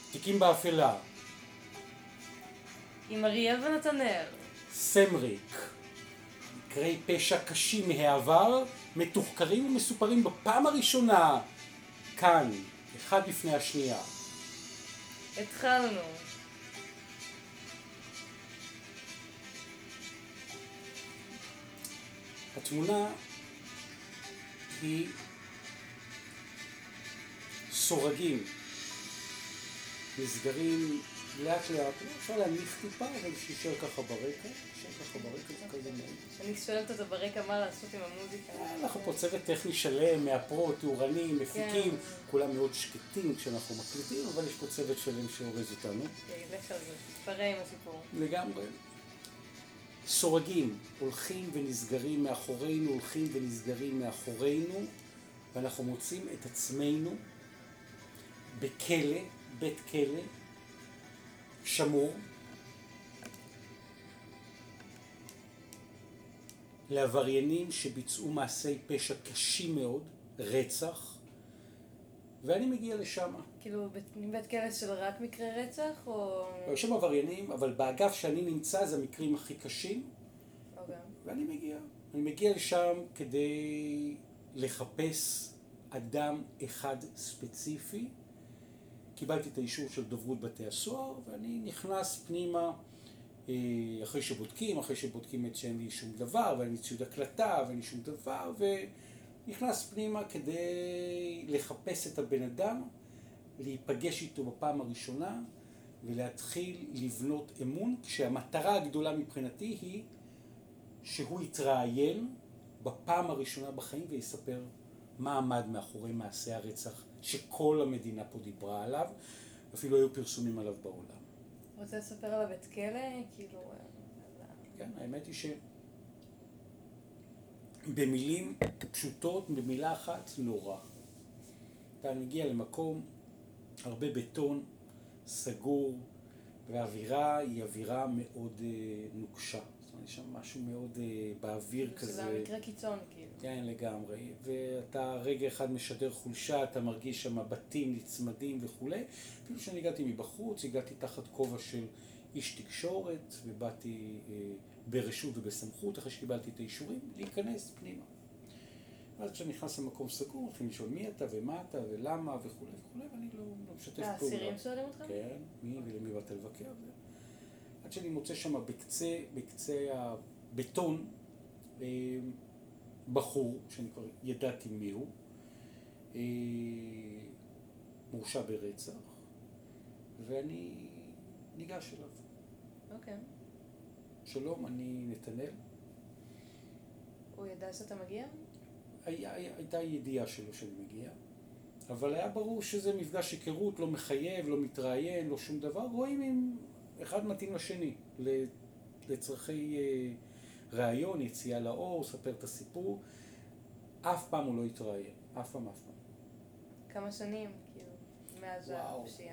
תיקים באפלה, עם אריאל ונתנאל. סמריק, מקרי פשע קשים מהעבר, מתוחקרים ומסופרים בפעם הראשונה, כאן, אחד לפני השנייה. התחלנו. התמונה היא סורגים, נסגרים לאט לאט, אפשר להניח טיפה, אבל שישאר ככה ברקע, זה כזה נעים. אני שואלת אותה ברקע מה לעשות עם המוזיקה. אנחנו פה צוות טכני שלם, מאפרות, תאורנים, מפיקים, כולם מאוד שקטים כשאנחנו מקליטים, אבל יש פה צוות שלם שאורז אותנו. לך על זה, תתפרע עם הסיפור. לגמרי. סורגים הולכים ונסגרים מאחורינו, ואנחנו מוצאים את עצמנו בכלא, בית כלא, שמור, לעבריינים שביצעו מעשי פשע קשים מאוד, רצח, ואני מגיע לשם. כאילו בית כלא של רק מקרי רצח או... יש שם עבריינים, אבל באגף שאני נמצא זה המקרים הכי קשים. ואני מגיע לשם כדי לחפש אדם אחד ספציפי. קיבלתי את האישור של דוברות בתי הסוהר, ואני נכנס פנימה אחרי שבודקים את שאין לי שום דבר, ואין לי ציוד הקלטה, ואין לי שום דבר, ונכנס פנימה כדי לחפש את הבן אדם, להיפגש איתו בפעם הראשונה, ולהתחיל לבנות אמון, כשהמטרה הגדולה מבחינתי היא שהוא יתראיין בפעם הראשונה בחיים ויספר מה עמד מאחורי מעשי הרצח שכל המדינה פה דיברה עליו, אפילו היו פרסומים עליו בעולם. רוצה לספר על הבית כלא? כאילו... כן, האמת היא שבמילים פשוטות, במילה אחת, נורא. אתה מגיע למקום, הרבה בטון, סגור, והאווירה היא אווירה מאוד נוקשה. זאת אומרת, יש שם משהו מאוד באוויר כזה. שזה המקרה קיצון, כאילו. כן, לגמרי. ואתה רגע אחד משדר חולשה, אתה מרגיש שם בתים נצמדים וכו'. אפילו שאני הגעתי מבחוץ, הגעתי תחת כובע של איש תקשורת, ובאתי ברשות ובסמכות, אחרי שקיבלתי את האישורים, להיכנס פנימה. אז כשאני נכנס למקום סגור, הולכים לשאול מי אתה ומה אתה ולמה וכו' וכו', ואני לא משתף פעולה. האסירים שואלים אותך? כן, מי ולמי באת לבקר. עד שאני מוצא שם בקצה הבטון, בחור, שאני כבר ידעתי מיהו, מורשע ברצח, ואני ניגש אליו. אוקיי. שלום, אני נתנאל. הוא ידע שאתה מגיע? הייתה ידיעה שלו שאני מגיע, אבל היה ברור שזה מפגש היכרות, לא מחייב, לא מתראיין, לא שום דבר. רואים אם אחד מתאים לשני, לצרכי רעיון, יציאה לאור, ספר את הסיפור. אף פעם הוא לא התראיין, אף פעם. כמה שנים, כאילו, מאז הפשיעה?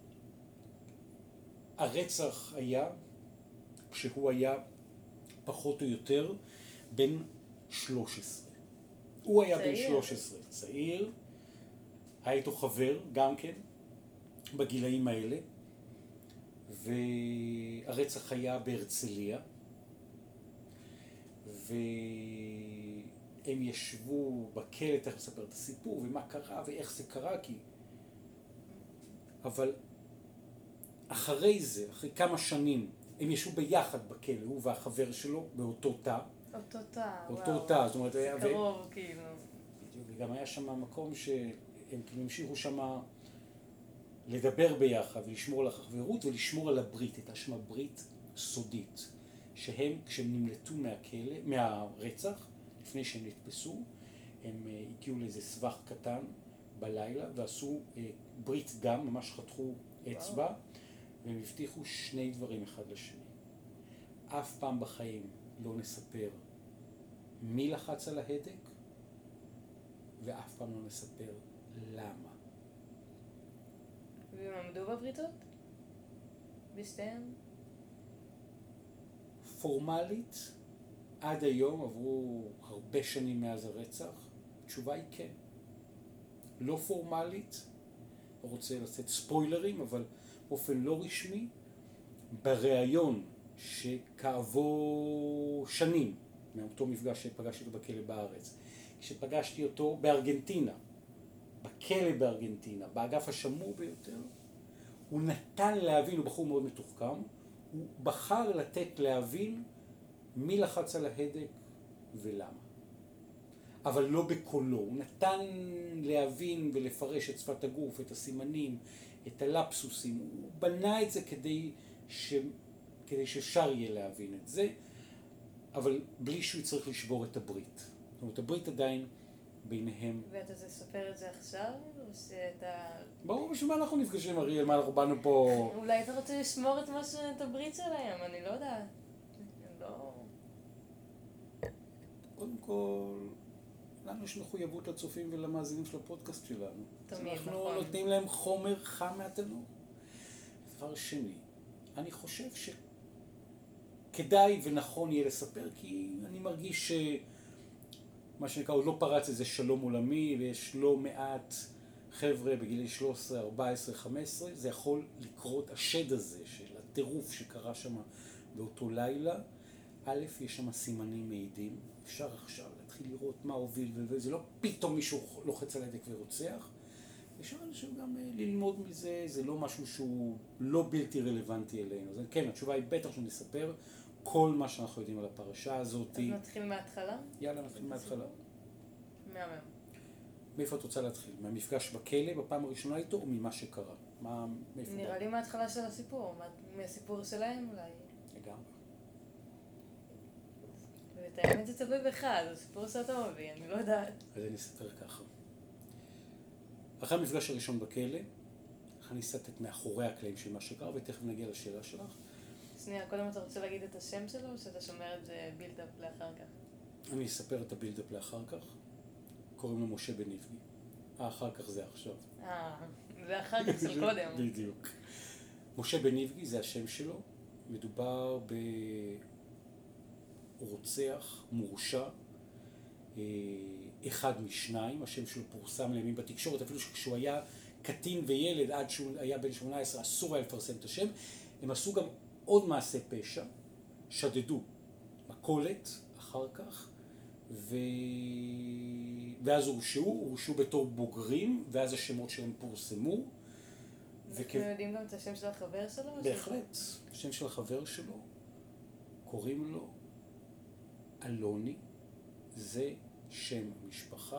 הרצח היה, כשהוא היה פחות או יותר בן 13. הוא היה בן 13, צעיר, היה איתו חבר, גם כן, בגילאים האלה, והרצח היה בהרצליה, והם ישבו בכלא, תכף לספר את הסיפור, ומה קרה, ואיך זה קרה, אבל אחרי זה, אחרי כמה שנים, הם ישבו ביחד בכלא, הוא והחבר שלו, באותו תא. אותו תא, זאת אומרת, זה קרוב, כאילו. וגם היה שם מקום שהם כאילו המשיכו שם לדבר ביחד, ולשמור על החברות, ולשמור על הברית. הייתה שם ברית סודית, שהם, כשהם נמלטו מהכלא, מהרצח, לפני שהם נתפסו, הם הגיעו לאיזה סבך קטן בלילה, ועשו ברית דם, ממש חתכו אצבע, והם הבטיחו שני דברים אחד לשני. אף פעם בחיים לא נספר מי לחץ על ההדק, ואף פעם לא נספר למה. והם עמדו בבריתות? בשתיהם? פורמלית, עד היום עברו הרבה שנים מאז הרצח, התשובה היא כן. לא פורמלית, לא רוצה לתת ספוילרים, אבל באופן לא רשמי, בריאיון שכעבור שנים מאותו מפגש שפגשתי אותו בכלא בארץ, כשפגשתי אותו בארגנטינה, בכלא בארגנטינה, באגף השמור ביותר, הוא נתן להבין, הוא בחור מאוד מתוחכם, הוא בחר לתת להבין מי לחץ על ההדק ולמה. אבל לא בקולו, הוא נתן להבין ולפרש את שפת הגוף, את הסימנים, את הלפסוסים, הוא בנה את זה כדי שאפשר יהיה להבין את זה, אבל בלי שהוא צריך לשבור את הברית. זאת אומרת, הברית עדיין ביניהם. ואתה תספר את זה עכשיו? או שאתה... ברור, בשביל מה אנחנו נפגשים, אריאל? מה אנחנו באנו פה... אולי אתה רוצה לשמור את הברית שלהם, אני לא יודעת. לא... קודם כל, לנו יש מחויבות לצופים ולמאזינים של הפודקאסט שלנו. תמיד, אנחנו נכון. נותנים להם חומר חם מהתנור. דבר שני, אני חושב שכדאי ונכון יהיה לספר, כי אני מרגיש מה שנקרא, עוד לא פרץ איזה שלום עולמי, ויש לא מעט חבר'ה בגילי 13, 14, 15, זה יכול לקרות, השד הזה של הטירוף שקרה שם באותו לילה. א', יש שם סימנים מעידים, אפשר עכשיו להתחיל לראות מה הוביל, וזה לא פתאום מישהו לוחץ על הדק ורוצח. אפשר אנשים גם ללמוד מזה, זה לא משהו שהוא לא בלתי רלוונטי אלינו. אז כן, התשובה היא בטח שנספר כל מה שאנחנו יודעים על הפרשה הזאת. אז נתחיל מההתחלה? יאללה, נתחיל מההתחלה. מהמם. מאיפה את רוצה להתחיל? מהמפגש בכלא בפעם הראשונה איתו, או ממה שקרה? נראה לי מההתחלה של הסיפור, מהסיפור שלהם אולי. לגמרי. ואת האמת זה תלוי בך, זה סיפור שאתה מביא, אני לא יודעת. אז אני אספר ככה. אחרי המפגש הראשון בכלא, אני אסתת מאחורי הקלעים של מה שקרה, ותכף נגיע לשאלה שלך. שנייה, קודם אתה רוצה להגיד את השם שלו, או שאתה שומר את זה בילדאפ לאחר כך? אני אספר את הבילדאפ לאחר כך. קוראים לו משה בן נבגי. אחר כך זה עכשיו. זה אחר כך של קודם. בדיוק. משה בן נבגי זה השם שלו. מדובר ברוצח מורשע, אחד משניים. השם שלו פורסם לימים בתקשורת, אפילו כשהוא היה קטין וילד עד שהוא היה בן 18, אסור היה לפרסם את השם. הם עשו גם עוד מעשה פשע, שדדו מכולת אחר כך, ואז הורשעו בתור בוגרים, ואז השמות שלהם פורסמו. אנחנו יודעים גם את השם של החבר שלו? בהחלט, השם של החבר שלו, קוראים לו אלוני, זה שם המשפחה,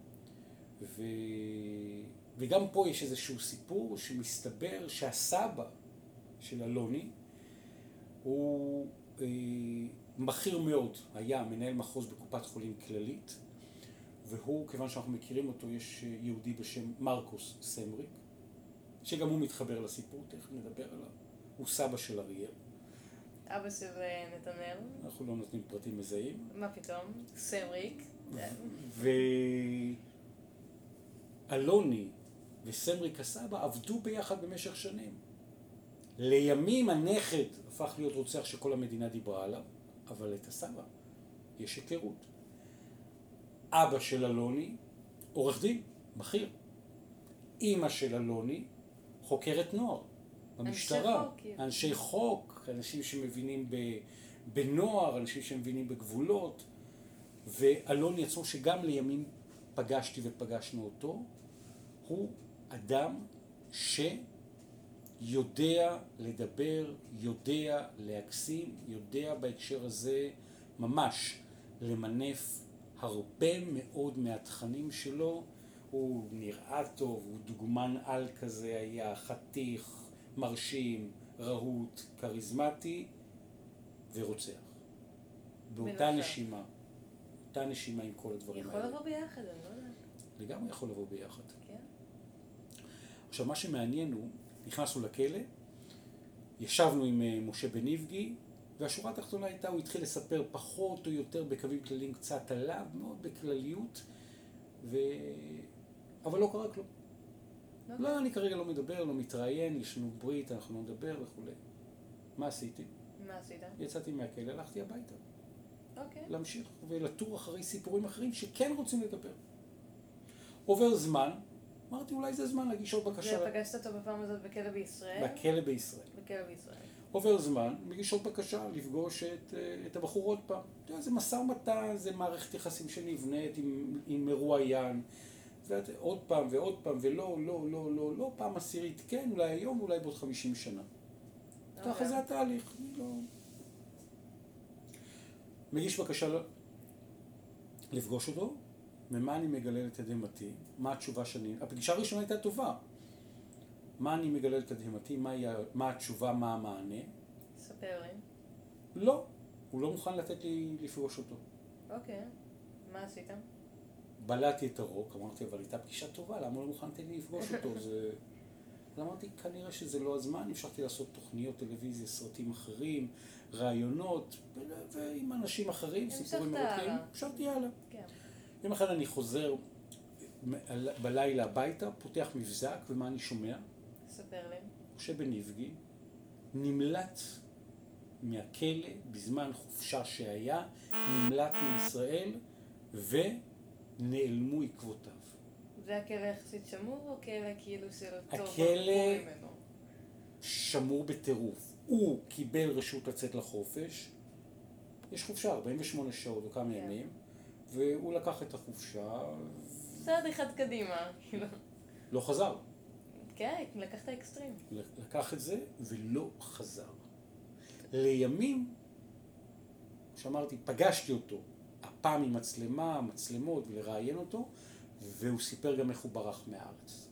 וגם פה יש איזשהו סיפור שמסתבר שהסבא של אלוני הוא בכיר מאוד, היה מנהל מחוז בקופת חולים כללית, והוא, כיוון שאנחנו מכירים אותו, יש יהודי בשם מרקוס סמריק, שגם הוא מתחבר לסיפור, תכף נדבר עליו. הוא סבא של אריאל. אבא של נתנאל. אנחנו לא נותנים פרטים מזהים. מה פתאום? סמריק. ואלוני וסמריק הסבא עבדו ביחד במשך שנים. לימים הנכד הפך להיות רוצח שכל המדינה דיברה עליו, אבל את הסבא יש היכרות. אבא של אלוני, עורך דין, בכיר. אמא של אלוני, חוקרת נוער במשטרה. אנשי חוק, אנשים שמבינים בנוער, אנשים שמבינים בגבולות. ואלוני עצמו, שגם לימים פגשתי ופגשנו אותו, הוא אדם שיודע לדבר, יודע להקסים, יודע בהקשר הזה ממש למנף הרבה מאוד מהתכנים שלו. הוא נראה טוב, הוא דוגמן על כזה, היה חתיך, מרשים, רהוט, כריזמטי ורוצח. באותה נשימה. אותה נשימה עם כל הדברים האלה. יכול לבוא ביחד, אני לא יודעת. לגמרי יכול לבוא ביחד. כן. עכשיו, מה שמעניין הוא, נכנסנו לכלא, ישבנו עם משה בן נבגי, והשורה התחתונה הייתה, הוא התחיל לספר פחות או יותר בקווים כלליים קצת עליו, מאוד בכלליות, אבל לא קרה כלום. לא, אני כרגע לא מדבר, לא מתראיין, יש לנו ברית, אנחנו לא נדבר וכו'. מה עשיתי? מה עשית? יצאתי מהכלא, הלכתי הביתה. אוקיי. להמשיך ולטור אחרי סיפורים אחרים שכן רוצים לדבר. עובר זמן, אמרתי, אולי זה זמן להגיש עוד בקשה. ופגשת אותו בפעם הזאת בכלא בישראל? בכלא בישראל. בכלא בישראל. עובר זמן, מגיש עוד בקשה לפגוש את הבחור עוד פעם. אתה יודע, זה משא ומתן, זה מערכת יחסים שנבנית עם מרואיין. עוד פעם ועוד פעם, ולא, לא, לא, לא, לא, פעם עשירית, כן, אולי היום, אולי בעוד 50 שנה. ככה זה התהליך. מגיש בקשה לפגוש אותו, ומה אני מגלה לתדהמתי? מה התשובה שאני... הפגישה הראשונה הייתה טובה. מה אני מגלה לתדהמתי? מה התשובה? מה המענה? ספר לי. לא. הוא לא מוכן לתת לי לפגוש אותו. אוקיי. מה עשית? בלעתי את הרוק, אמרתי, אבל הייתה פגישה טובה, למה לא מוכן לתת לי לפגוש אותו? אמרתי, כנראה שזה לא הזמן, המשכתי לעשות תוכניות טלוויזיה, סרטים אחרים, רעיונות, ועם אנשים אחרים, סיפורים מרתקים. המשכתי הלאה. כן. יום אחד אני חוזר בלילה הביתה, פותח מבזק, ומה אני שומע? ספר לי. משה בן נבגי נמלט מהכלא בזמן חופשה שהיה, נמלט מישראל ונעלמו עקבותיו. זה הכלא יחסית שמור או כלא כאילו של טוב? הכלא שמור בטירוף. הוא קיבל רשות לצאת לחופש, יש חופשה 48 שעות או כמה ימים, והוא לקח את החופשה. צעד אחד קדימה. לא חזר. כן, לקח את האקסטרים. לקח את זה ולא חזר. לימים, שאמרתי, פגשתי אותו, הפעם עם מצלמות ולראיין אותו, והוא סיפר גם איך הוא ברח מהארץ.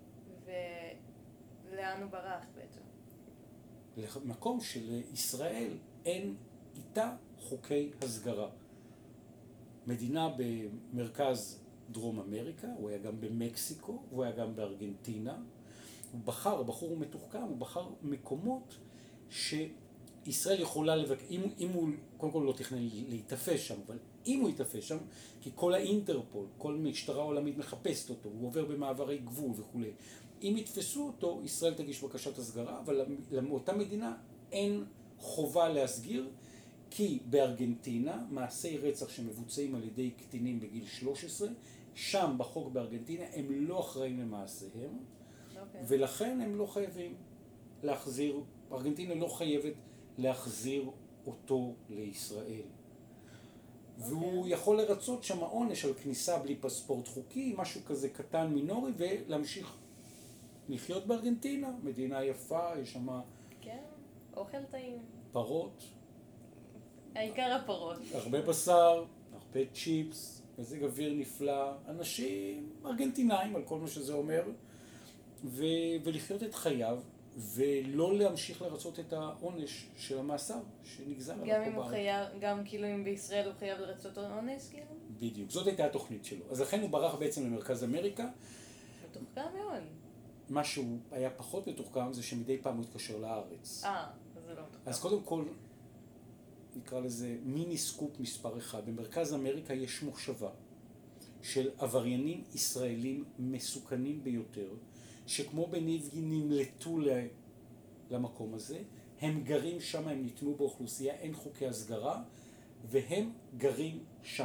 ולאן הוא ברח בעצם? למקום שלישראל אין איתה חוקי הסגרה. מדינה במרכז דרום אמריקה, הוא היה גם במקסיקו, הוא היה גם בארגנטינה. הוא בחר, הבחור מתוחכם, הוא בחר מקומות שישראל יכולה לבקר, אם הוא קודם כל לא תכנן להתאפס שם, אבל אם הוא יתאפס שם, כי כל האינטרפול, כל משטרה עולמית מחפשת אותו, הוא עובר במעברי גבול וכו'. אם יתפסו אותו, ישראל תגיש בקשת הסגרה, אבל לאותה מדינה אין חובה להסגיר, כי בארגנטינה, מעשי רצח שמבוצעים על ידי קטינים בגיל 13, שם בחוק בארגנטינה הם לא אחראים למעשיהם, ולכן הם לא חייבים להחזיר, ארגנטינה לא חייבת להחזיר אותו לישראל. והוא יכול לרצות שם העונש על כניסה בלי פספורט חוקי, משהו כזה קטן מינורי, ולהמשיך לחיות בארגנטינה, מדינה יפה, יש שם... כן, אוכל טעים. פרות. העיקר הפרות. הרבה בשר, הרבה צ'יפס, מזג אוויר נפלא, אנשים ארגנטינאים על כל מה שזה אומר, ולחיות את חייו, ולא להמשיך לרצות את העונש של המאסר שנגזר עליו פה בארץ. גם אם הוא חייב, גם כאילו אם בישראל הוא חייב לרצות עונש כאילו? בדיוק, זאת הייתה התוכנית שלו. אז לכן הוא ברח בעצם למרכז אמריקה. מתוחכם מאוד. מה שהוא היה פחות מתוחכם זה שמדי פעם הוא התקשר לארץ. אז זה לא מתוחכם. אז קודם כל, נקרא לזה מיני סקופ מספר אחד. במרכז אמריקה יש מושבה של עבריינים ישראלים מסוכנים ביותר, שכמו בניבגי נמלטו למקום הזה, הם גרים שם, הם נתנו באוכלוסייה, אין חוקי הסגרה, והם גרים שם.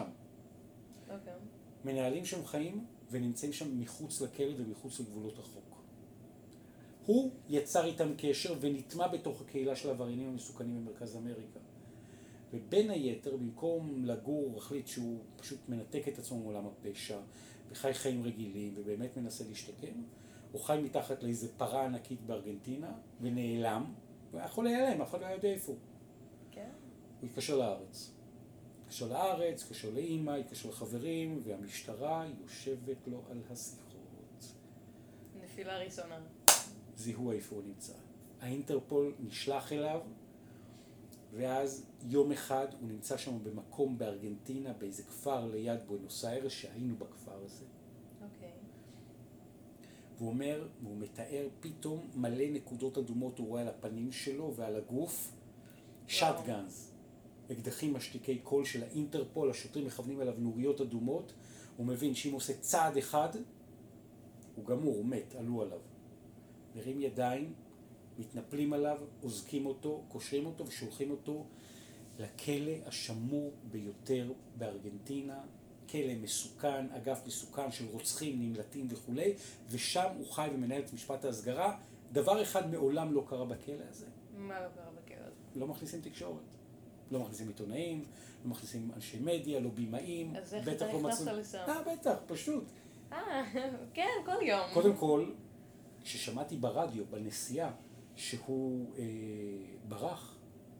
מנהלים שם חיים ונמצאים שם מחוץ לכלא ומחוץ לגבולות החוק. הוא יצר איתם קשר ונטמע בתוך הקהילה של העבריינים המסוכנים במרכז אמריקה. ובין היתר, במקום לגור, החליט שהוא פשוט מנתק את עצמו מעולם הפשע, וחי חיים רגילים, ובאמת מנסה להשתקם, הוא חי מתחת לאיזו פרה ענקית בארגנטינה, ונעלם, והיה יכול להיעלם, אף אחד לא יודע איפה הוא. כן. הוא התקשר לארץ. התקשר לארץ, התקשר לאמא, התקשר לחברים, והמשטרה יושבת לו על השיחות. נפילה ראשונה. זיהו איפה הוא נמצא. האינטרפול נשלח אליו, ואז יום אחד הוא נמצא שם במקום בארגנטינה, באיזה כפר ליד בואנוס איירס, שהיינו בכפר הזה. אוקיי. והוא אומר, והוא מתאר פתאום מלא נקודות אדומות, הוא רואה על הפנים שלו ועל הגוף, שטגנס, אקדחים משתיקי קול של האינטרפול, השוטרים מכוונים אליו נוריות אדומות, הוא מבין שאם הוא עושה צעד אחד, הוא גמור, הוא מת, עלו עליו. מרים ידיים, מתנפלים עליו, עוזקים אותו, קושרים אותו ושולחים אותו לכלא השמור ביותר בארגנטינה, כלא מסוכן, אגף מסוכן של רוצחים, נמלטים וכולי, ושם הוא חי ומנהל את משפט ההסגרה. דבר אחד מעולם לא קרה בכלא הזה. מה לא קרה בכלא הזה? לא מכניסים תקשורת. לא מכניסים עיתונאים, לא מכניסים אנשי מדיה, לא בימאים. אז איך אתה נכנסת לשם? בטח, פשוט. כן, כל יום. קודם כל, כששמעתי ברדיו, בנסיעה, שהוא ברח,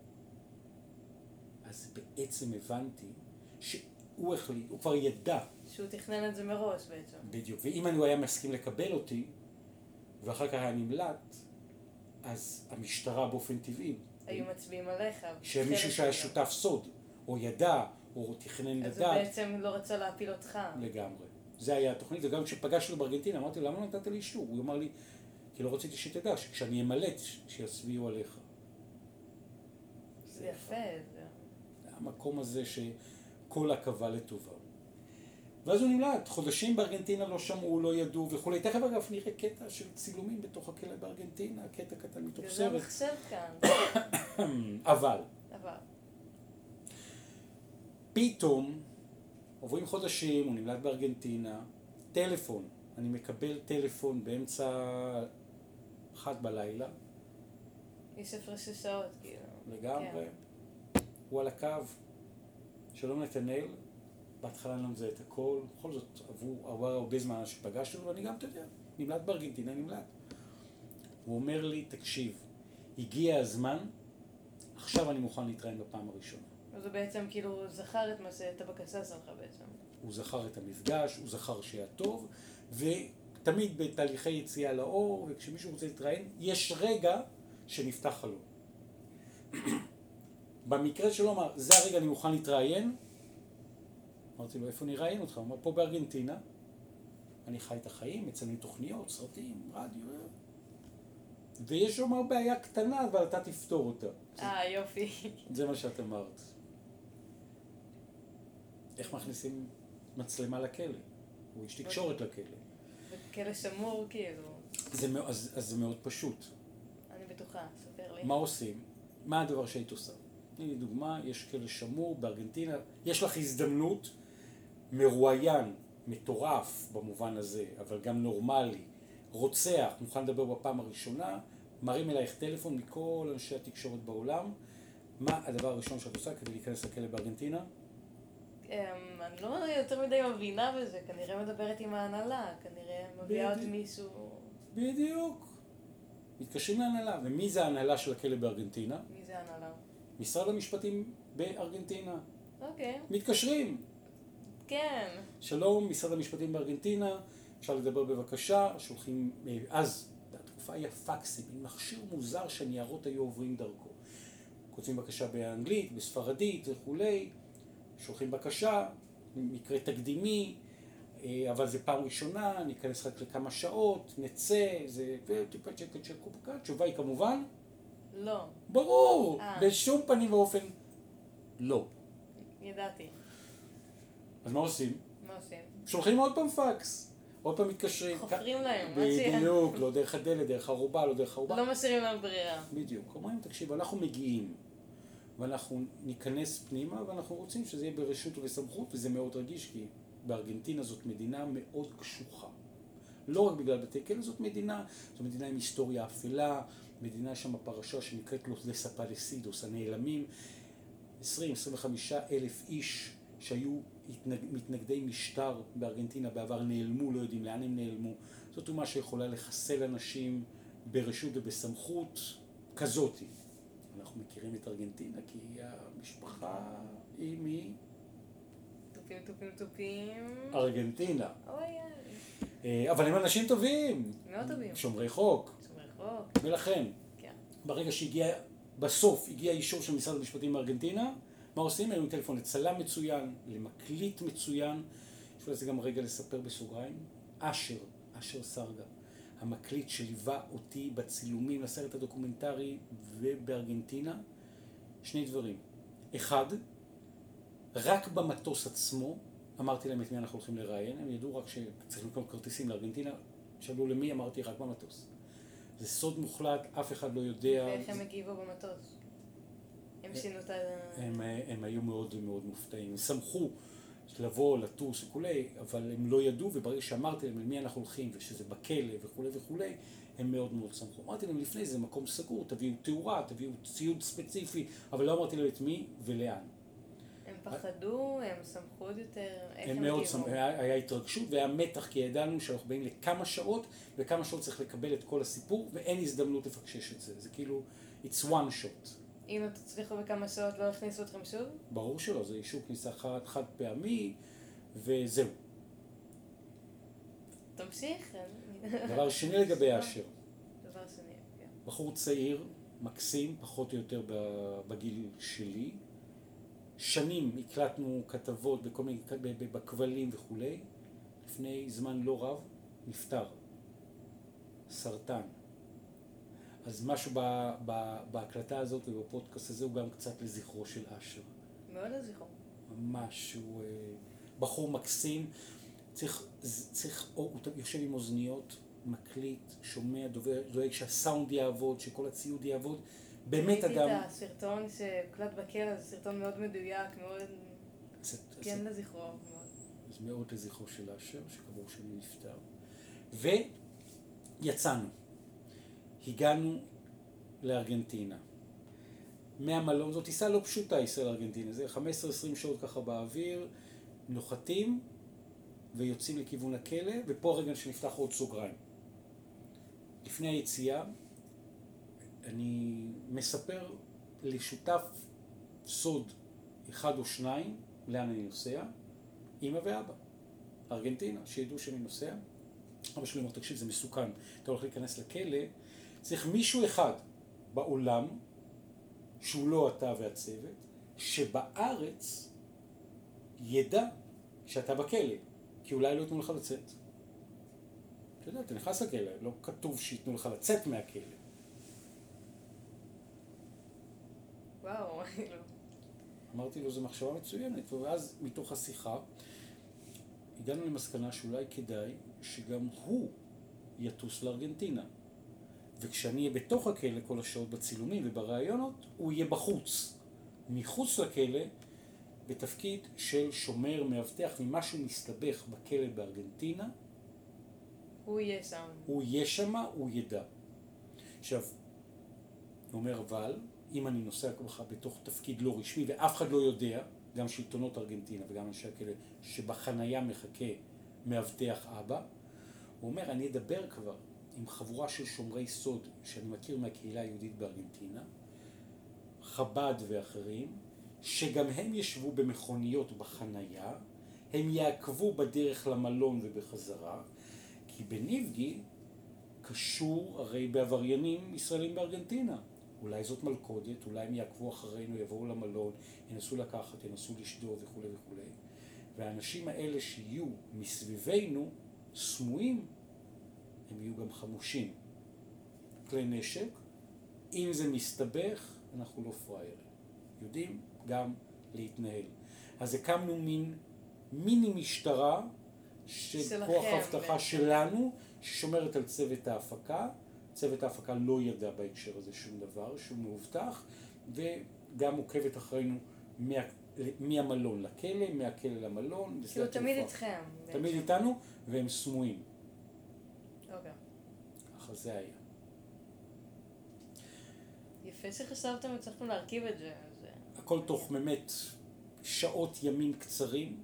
אז בעצם הבנתי שהוא החליט, הוא כבר ידע. שהוא תכנן את זה מראש בעצם. בדיוק, ואם הוא היה מסכים לקבל אותי, ואחר כך היה נמלט, אז המשטרה באופן טבעי. היו מצביעים עליך. שמישהו שהיה שותף סוד, או ידע, או תכנן לדעת. אז הוא בעצם לא רצה להפיל אותך. לגמרי. זה היה התוכנית, וגם כשפגשתי לו בארגנטינה, אמרתי לו, למה לא נתת לי אישור? הוא אמר לי, כי לא רציתי שתדע, שכשאני אמלט, שיצביעו עליך. זה יפה. המקום הזה שכל עכבה לטובה. ואז הוא נמלט, חודשים בארגנטינה לא שמעו, לא ידעו וכולי. תכף אגב נראה קטע של צילומים בתוך הכלא בארגנטינה, קטע קטן מתוך סרט. זה מחשב כאן. אבל. פתאום, עוברים חודשים, הוא נמלט בארגנטינה, טלפון, אני מקבל טלפון באמצע 1 בלילה. יש הפרש שעות, כאילו. לגמרי. כן. הוא על הקו. שלום נתנאל, בהתחלה אני לא מזהה את הכל, בכל זאת עבר הרבה זמן שפגשנו, ואני גם, אתה יודע, נמלט בארגנטינה, נמלט. הוא אומר לי, תקשיב, הגיע הזמן, עכשיו אני מוכן להתראיין בפעם הראשונה. אז הוא בעצם כאילו זכר את מה שאתה בקסה שלך בעצם. הוא זכר את המפגש, הוא זכר שהיה טוב, ותמיד בתהליכי יציאה לאור, וכשמישהו רוצה להתראיין, יש רגע שנפתח חלום. במקרה שלו אמר, זה הרגע אני מוכן להתראיין, אמרתי לו, איפה נראיין אותך? הוא אמר, פה בארגנטינה, אני חי את החיים, מצלמים תוכניות, סרטים, רדיו, ויש לו בעיה קטנה, אבל אתה תפתור אותה. יופי. זה מה שאת אמרת. איך מכניסים מצלמה לכלא? או איש תקשורת לכלא? בכלא שמור, כאילו. אז זה מאוד פשוט. אני בטוחה, ספר לי. מה עושים? מה הדבר שהיית עושה? הנה דוגמה, יש כלא שמור בארגנטינה, יש לך הזדמנות, מרואיין, מטורף במובן הזה, אבל גם נורמלי, רוצח, מוכן לדבר בפעם הראשונה, מרים אלייך טלפון מכל אנשי התקשורת בעולם. מה הדבר הראשון שאת עושה כדי להיכנס לכלא בארגנטינה? אני לא יותר מדי מבינה בזה, כנראה מדברת עם ההנהלה, כנראה מביאה עוד מישהו. בדיוק. מתקשרים להנהלה, ומי זה ההנהלה של הכלא בארגנטינה? מי זה ההנהלה? משרד המשפטים בארגנטינה. אוקיי. מתקשרים. כן. שלום, משרד המשפטים בארגנטינה, אפשר לדבר בבקשה, שולחים, אז, התקופה היה פקסים, עם מכשיר מוזר שהניירות היו עוברים דרכו. כותבים בקשה באנגלית, בספרדית וכולי, שולחים בקשה, מקרה תקדימי, אבל זה פעם ראשונה, ניכנס רק לכמה שעות, נצא, זה טיפה צ'קה, התשובה היא כמובן? לא. ברור, בשום פנים ואופן לא. ידעתי. אז מה עושים? מה עושים? שולחים עוד פעם פקס, עוד פעם מתקשרים. חופרים להם, מה בדיוק, לא דרך הדלת, דרך ערובה, לא דרך ערובה. לא משאירים להם ברירה. בדיוק, אומרים, תקשיב, אנחנו מגיעים, ואנחנו ניכנס פנימה, ואנחנו רוצים שזה יהיה ברשות ובסמכות, וזה מאוד רגיש, כי בארגנטינה זאת מדינה מאוד קשוחה. לא רק בגלל בתי כלא, זאת מדינה עם היסטוריה אפלה, מדינה שם הפרשה שנקראת לו לספלסידוס, הנעלמים, 20-25 אלף איש שהיו מתנגדי משטר בארגנטינה בעבר נעלמו, לא יודעים לאן הם נעלמו. זאת אומה שיכולה לחסל אנשים ברשות ובסמכות כזאת. אנחנו מכירים את ארגנטינה כי המשפחה היא טופים. ארגנטינה. אוי. אבל הם אנשים טובים. מאוד טובים. שומרי חוק. ולכן, כן. ברגע בסוף הגיע אישור של משרד המשפטים בארגנטינה, מה עושים? היו טלפון לצלם מצוין, למקליט מצוין, יש לזה גם רגע לספר בסוגריים, אשר סרגה, המקליט שליווה אותי בצילומים לסרט הדוקומנטרי ובארגנטינה, שני דברים. אחד, רק במטוס עצמו, אמרתי להם את מי אנחנו הולכים לראיין, הם ידעו רק שצריך לקנות כרטיסים לארגנטינה, שאלו למי, אמרתי רק במטוס. זה סוד מוחלט, אף אחד לא יודע. ואיך הם הגיבו במטוס? הם שינו את הם היו מאוד מאוד מופתעים. הם שמחו לבוא, לטוס וכולי, אבל הם לא ידעו, וברגע שאמרתי להם למי אנחנו הולכים, ושזה בכלא וכולי וכולי, הם מאוד מאוד שמחו. אמרתי להם לפני זה מקום סגור, תביאו תאורה, תביאו ציוד ספציפי, אבל לא אמרתי להם את מי ולאן. הם פחדו, הם שמחו עוד יותר, איך הם מאוד שמחו, היה התרגשות והיה מתח, כי ידענו שאנחנו באים לכמה שעות, וכמה שעות צריך לקבל את כל הסיפור, ואין הזדמנות לפקשש את זה. זה כאילו, it's one shot. אם לא תצליחו בכמה שעות, לא הכניסו אתכם שוב? ברור שלא, זה אישור כניסה חד פעמי, וזהו. תמשיך. דבר שני לגבי אשר. דבר שני, כן. בחור צעיר, מקסים, פחות או יותר בגיל שלי. שנים הקלטנו כתבות בכל מיני, בכבלים וכולי. לפני זמן לא רב, נפטר. סרטן. אז משהו בהקלטה הזאת ובפודקאסט הזה הוא גם קצת לזכרו של אשר. מאוד לזכרו. ממש, הוא בחור מקסים. הוא יושב עם אוזניות, מקליט, שומע, דואג שהסאונד יעבוד, שכל הציוד יעבוד. באמת אדם... ראיתי את הסרטון שהקלט בכלא, זה סרטון מאוד מדויק, מאוד... כן לזכרו. אז מאוד לזכרו של אשר, שכבור שלי נפטר. ויצאנו. הגענו לארגנטינה. מהמלון, זאת טיסה לא פשוטה, ישראל-ארגנטינה. זה 15-20 שעות ככה באוויר, נוחתים ויוצאים לכיוון הכלא, ופה הרגע שנפתח עוד סוגריים. לפני היציאה, אני מספר לשותף סוד אחד או שניים, לאן אני נוסע, אמא ואבא, ארגנטינה, שידעו שאני נוסע. אבא שלי אומר, תקשיב, זה מסוכן, אתה הולך להיכנס לכלא, צריך מישהו אחד בעולם, שהוא לא אתה והצוות, שבארץ ידע שאתה בכלא, כי אולי לא יתנו לך לצאת. אתה יודע, אתה נכנס לכלא, לא כתוב שיתנו לך לצאת מהכלא. וואו, אמרתי לו, זו מחשבה מצוינת, ואז מתוך השיחה, הגענו למסקנה שאולי כדאי שגם הוא יטוס לארגנטינה. וכשאני אהיה בתוך הכלא כל השעות בצילומים וברעיונות, הוא יהיה בחוץ. מחוץ לכלא, בתפקיד של שומר, מאבטח, ומשהו מסתבך בכלא בארגנטינה. הוא יהיה שם. הוא יהיה שם, הוא ידע. עכשיו, הוא אומר, אבל, אם אני נוסע ככה בתוך תפקיד לא רשמי, ואף אחד לא יודע, גם שלטונות ארגנטינה וגם אנשי הכלא, שבחנייה מחכה מאבטח אבא, הוא אומר, אני אדבר כבר עם חבורה של שומרי סוד שאני מכיר מהקהילה היהודית בארגנטינה, חב"ד ואחרים, שגם הם ישבו במכוניות בחנייה, הם יעקבו בדרך למלון ובחזרה, כי בניבגי קשור הרי בעבריינים ישראלים בארגנטינה. אולי זאת מלכודת, אולי הם יעקבו אחרינו, יבואו למלון, ינסו לקחת, ינסו לשדור וכו' וכו'. והאנשים האלה שיהיו מסביבנו סמויים, הם יהיו גם חמושים. כלי נשק, אם זה מסתבך, אנחנו לא פריירים. יודעים גם להתנהל. אז הקמנו מיני משטרה, שכוח האבטחה שלנו, ששומרת על צוות ההפקה. צוות ההפקה לא ידע בהקשר הזה שום דבר, שהוא מאובטח, וגם עוקבת אחרינו מהמלון לכלא, מהכלא למלון. כאילו תמיד איתכם. תמיד איתנו, והם סמויים. אוקיי. ככה זה היה. יפה שחשבתם וצריכתם להרכיב את זה. הכל תוך באמת שעות ימים קצרים,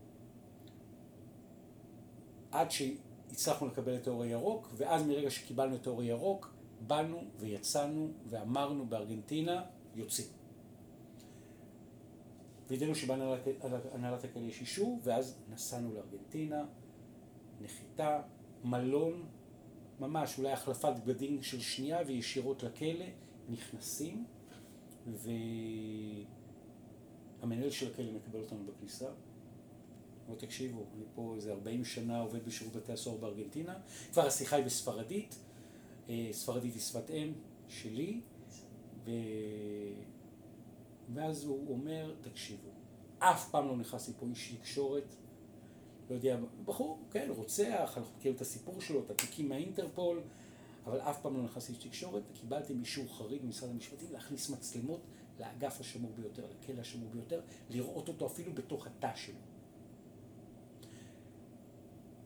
עד שהצלחנו לקבל את האור הירוק, ואז מרגע שקיבלנו את האור הירוק, באנו ויצאנו ואמרנו בארגנטינה, יוצאים. וידענו שבהנהלת הכלא יש אישור, ואז נסענו לארגנטינה, נחיתה, מלון, ממש אולי החלפת בגדים של שנייה וישירות לכלא, נכנסים, והמנהל של הכלא מקבל אותנו בכניסה. בואו תקשיבו, אני פה איזה 40 שנה עובד בשירות בתי הסוהר בארגנטינה, כבר השיחה היא בספרדית, ספרדית היא שפת אם שלי, ואז הוא אומר, תקשיבו, אף פעם לא נכנס לי פה איש תקשורת, לא יודע, בחור, כן, רוצח, אנחנו מכירים את הסיפור שלו, את התיקים מהאינטרפול, אבל אף פעם לא נכנס איש תקשורת, וקיבלתם אישור חריג ממשרד המשפטים להכניס מצלמות לאגף השמור ביותר, לכלא השמור ביותר, לראות אותו אפילו בתוך התא שלו.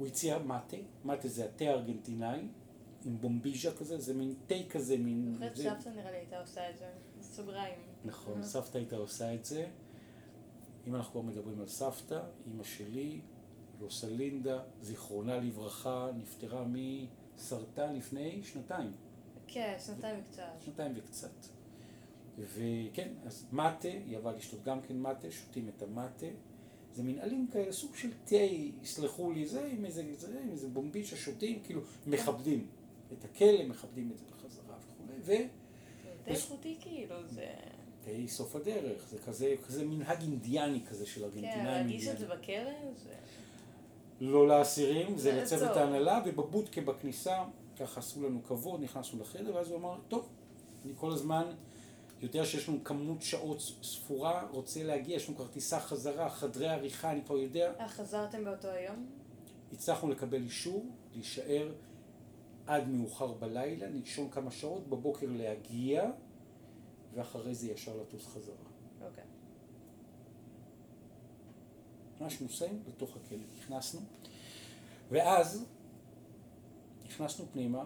הוא הציע מטה, מטה זה התה הארגנטינאי, עם בומביז'ה כזה, זה מין תה כזה, מין... אני חושבת סבתא נראה לי הייתה עושה את זה, סוגריים. נכון, סבתא הייתה עושה את זה. אם אנחנו כבר מדברים על סבתא, אמא שלי, רוסלינדה, זיכרונה לברכה, נפטרה מסרטן לפני שנתיים. כן, שנתיים וקצת. שנתיים וקצת. וכן, אז מטה, היא אהבה לשתות גם כן מטה, שותים את המטה. זה מין עלים כאלה, סוג של תה, יסלחו לי, זה עם איזה בומביצ'ה שותים, כאילו מכבדים את הכלא, מכבדים את זה בחזרה וכו'. תה איכותי כאילו, זה... תה סוף הדרך, זה כזה מנהג אינדיאני כזה של ארגנטינאים. כן, להגיש את זה בכלא, זה... לא לאסירים, זה לצוות ההנהלה, ובבודקה בכניסה, ככה עשו לנו כבוד, נכנסנו לחדר, ואז הוא אמר, טוב, אני כל הזמן יודע שיש לנו כמות שעות ספורה, רוצה להגיע, יש לנו כרטיסה חזרה, חדרי עריכה, אני כבר יודע. חזרתם באותו היום? הצלחנו לקבל אישור, להישאר עד מאוחר בלילה, לישון כמה שעות, בבוקר להגיע, ואחרי זה ישר לטוס חזרה. אוקיי. ממש נוסעים לתוך הכלא, נכנסנו, ואז נכנסנו פנימה,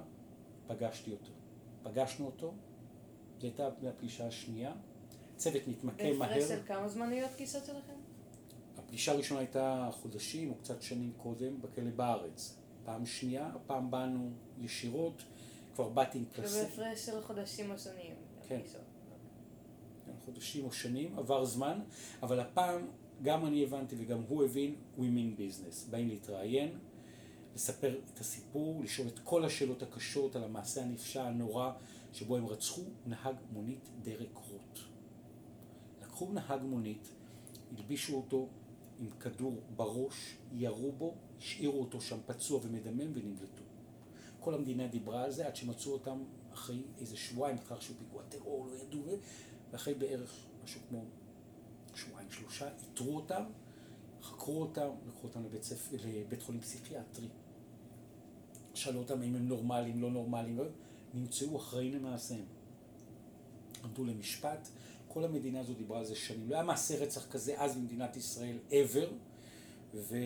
פגשנו אותו, זו הייתה הפגישה השנייה, צוות מתמקם מהר. בהפרש של כמה זמן היו הפגישות שלכם? הפגישה הראשונה הייתה חודשים או קצת שנים קודם בכלא בארץ. פעם שנייה, הפעם באנו ישירות, כבר באתי עם קלסים. ובהפרש של חודשים או שנים? כן. חודשים או שנים, עבר זמן, אבל הפעם גם אני הבנתי וגם הוא הבין, we mean business. באים להתראיין, לספר את הסיפור, לשאול את כל השאלות הקשות על המעשה הנפשע הנורא שבו הם רצחו נהג מונית דרק רוט. לקחו נהג מונית, הלבישו אותו עם כדור בראש, ירו בו, השאירו אותו שם פצוע ומדמם ונמלטו. כל המדינה דיברה על זה עד שמצאו אותם אחרי איזה שבועיים, אחר שהוא פיגוע טרור, לא ידעו, ואחרי בערך משהו כמו שבועיים, שלושה, איתרו אותם, חקרו אותם, לקחו אותם לבית חולים פסיכיאטרי. שאלו אותם אם הם נורמליים, לא נורמליים, נמצאו אחראים למעשיהם. עמדו למשפט, כל המדינה הזו דיברה על זה שנים. לא היה מעשה רצח כזה אז במדינת ישראל, ever, וזהו.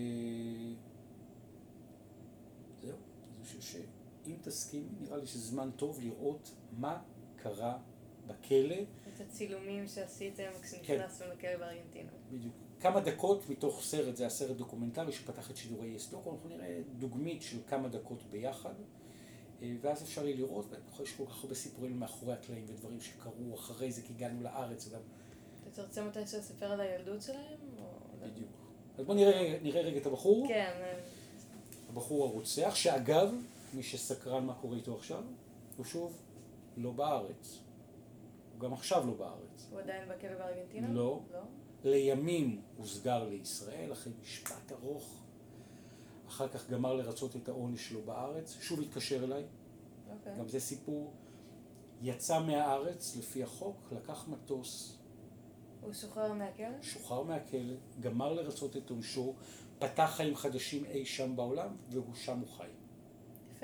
אני חושב שאם תסכים, נראה לי שזה זמן טוב לראות מה קרה בכלא. את הצילומים שעשיתם כשנכנסנו לכלא בארגנטינה. בדיוק. כמה דקות מתוך סרט, זה הסרט דוקומנטרי שפתח את שידורי יסטוק, אנחנו נראה דוגמית של כמה דקות ביחד, ואז אפשר לי לראות, יש כל כך הרבה סיפורים מאחורי הקלעים ודברים שקרו אחרי זה, כי הגענו לארץ. אתה תרצה מתי שתספר על הילדות שלהם? בדיוק. אז בואו נראה רגע את הבחור. כן. הבחור הרוצח, שאגב, מי שסקרן מה קורה איתו עכשיו, הוא שוב לא בארץ. הוא גם עכשיו לא בארץ. הוא עדיין בכלא בארגנטינה? לא. לימים הוסגר לישראל, אחרי משפט ארוך. אחר כך גמר לרצות את העונש שלו בארץ. שוב התקשר אליי. גם זה סיפור. יצא מהארץ לפי החוק, לקח מטוס. הוא שוחרר מהכלא? שוחרר מהכלא, גמר לרצות את עונשו, פתח חיים חדשים אי שם בעולם, והוא שם הוא חי. יפה.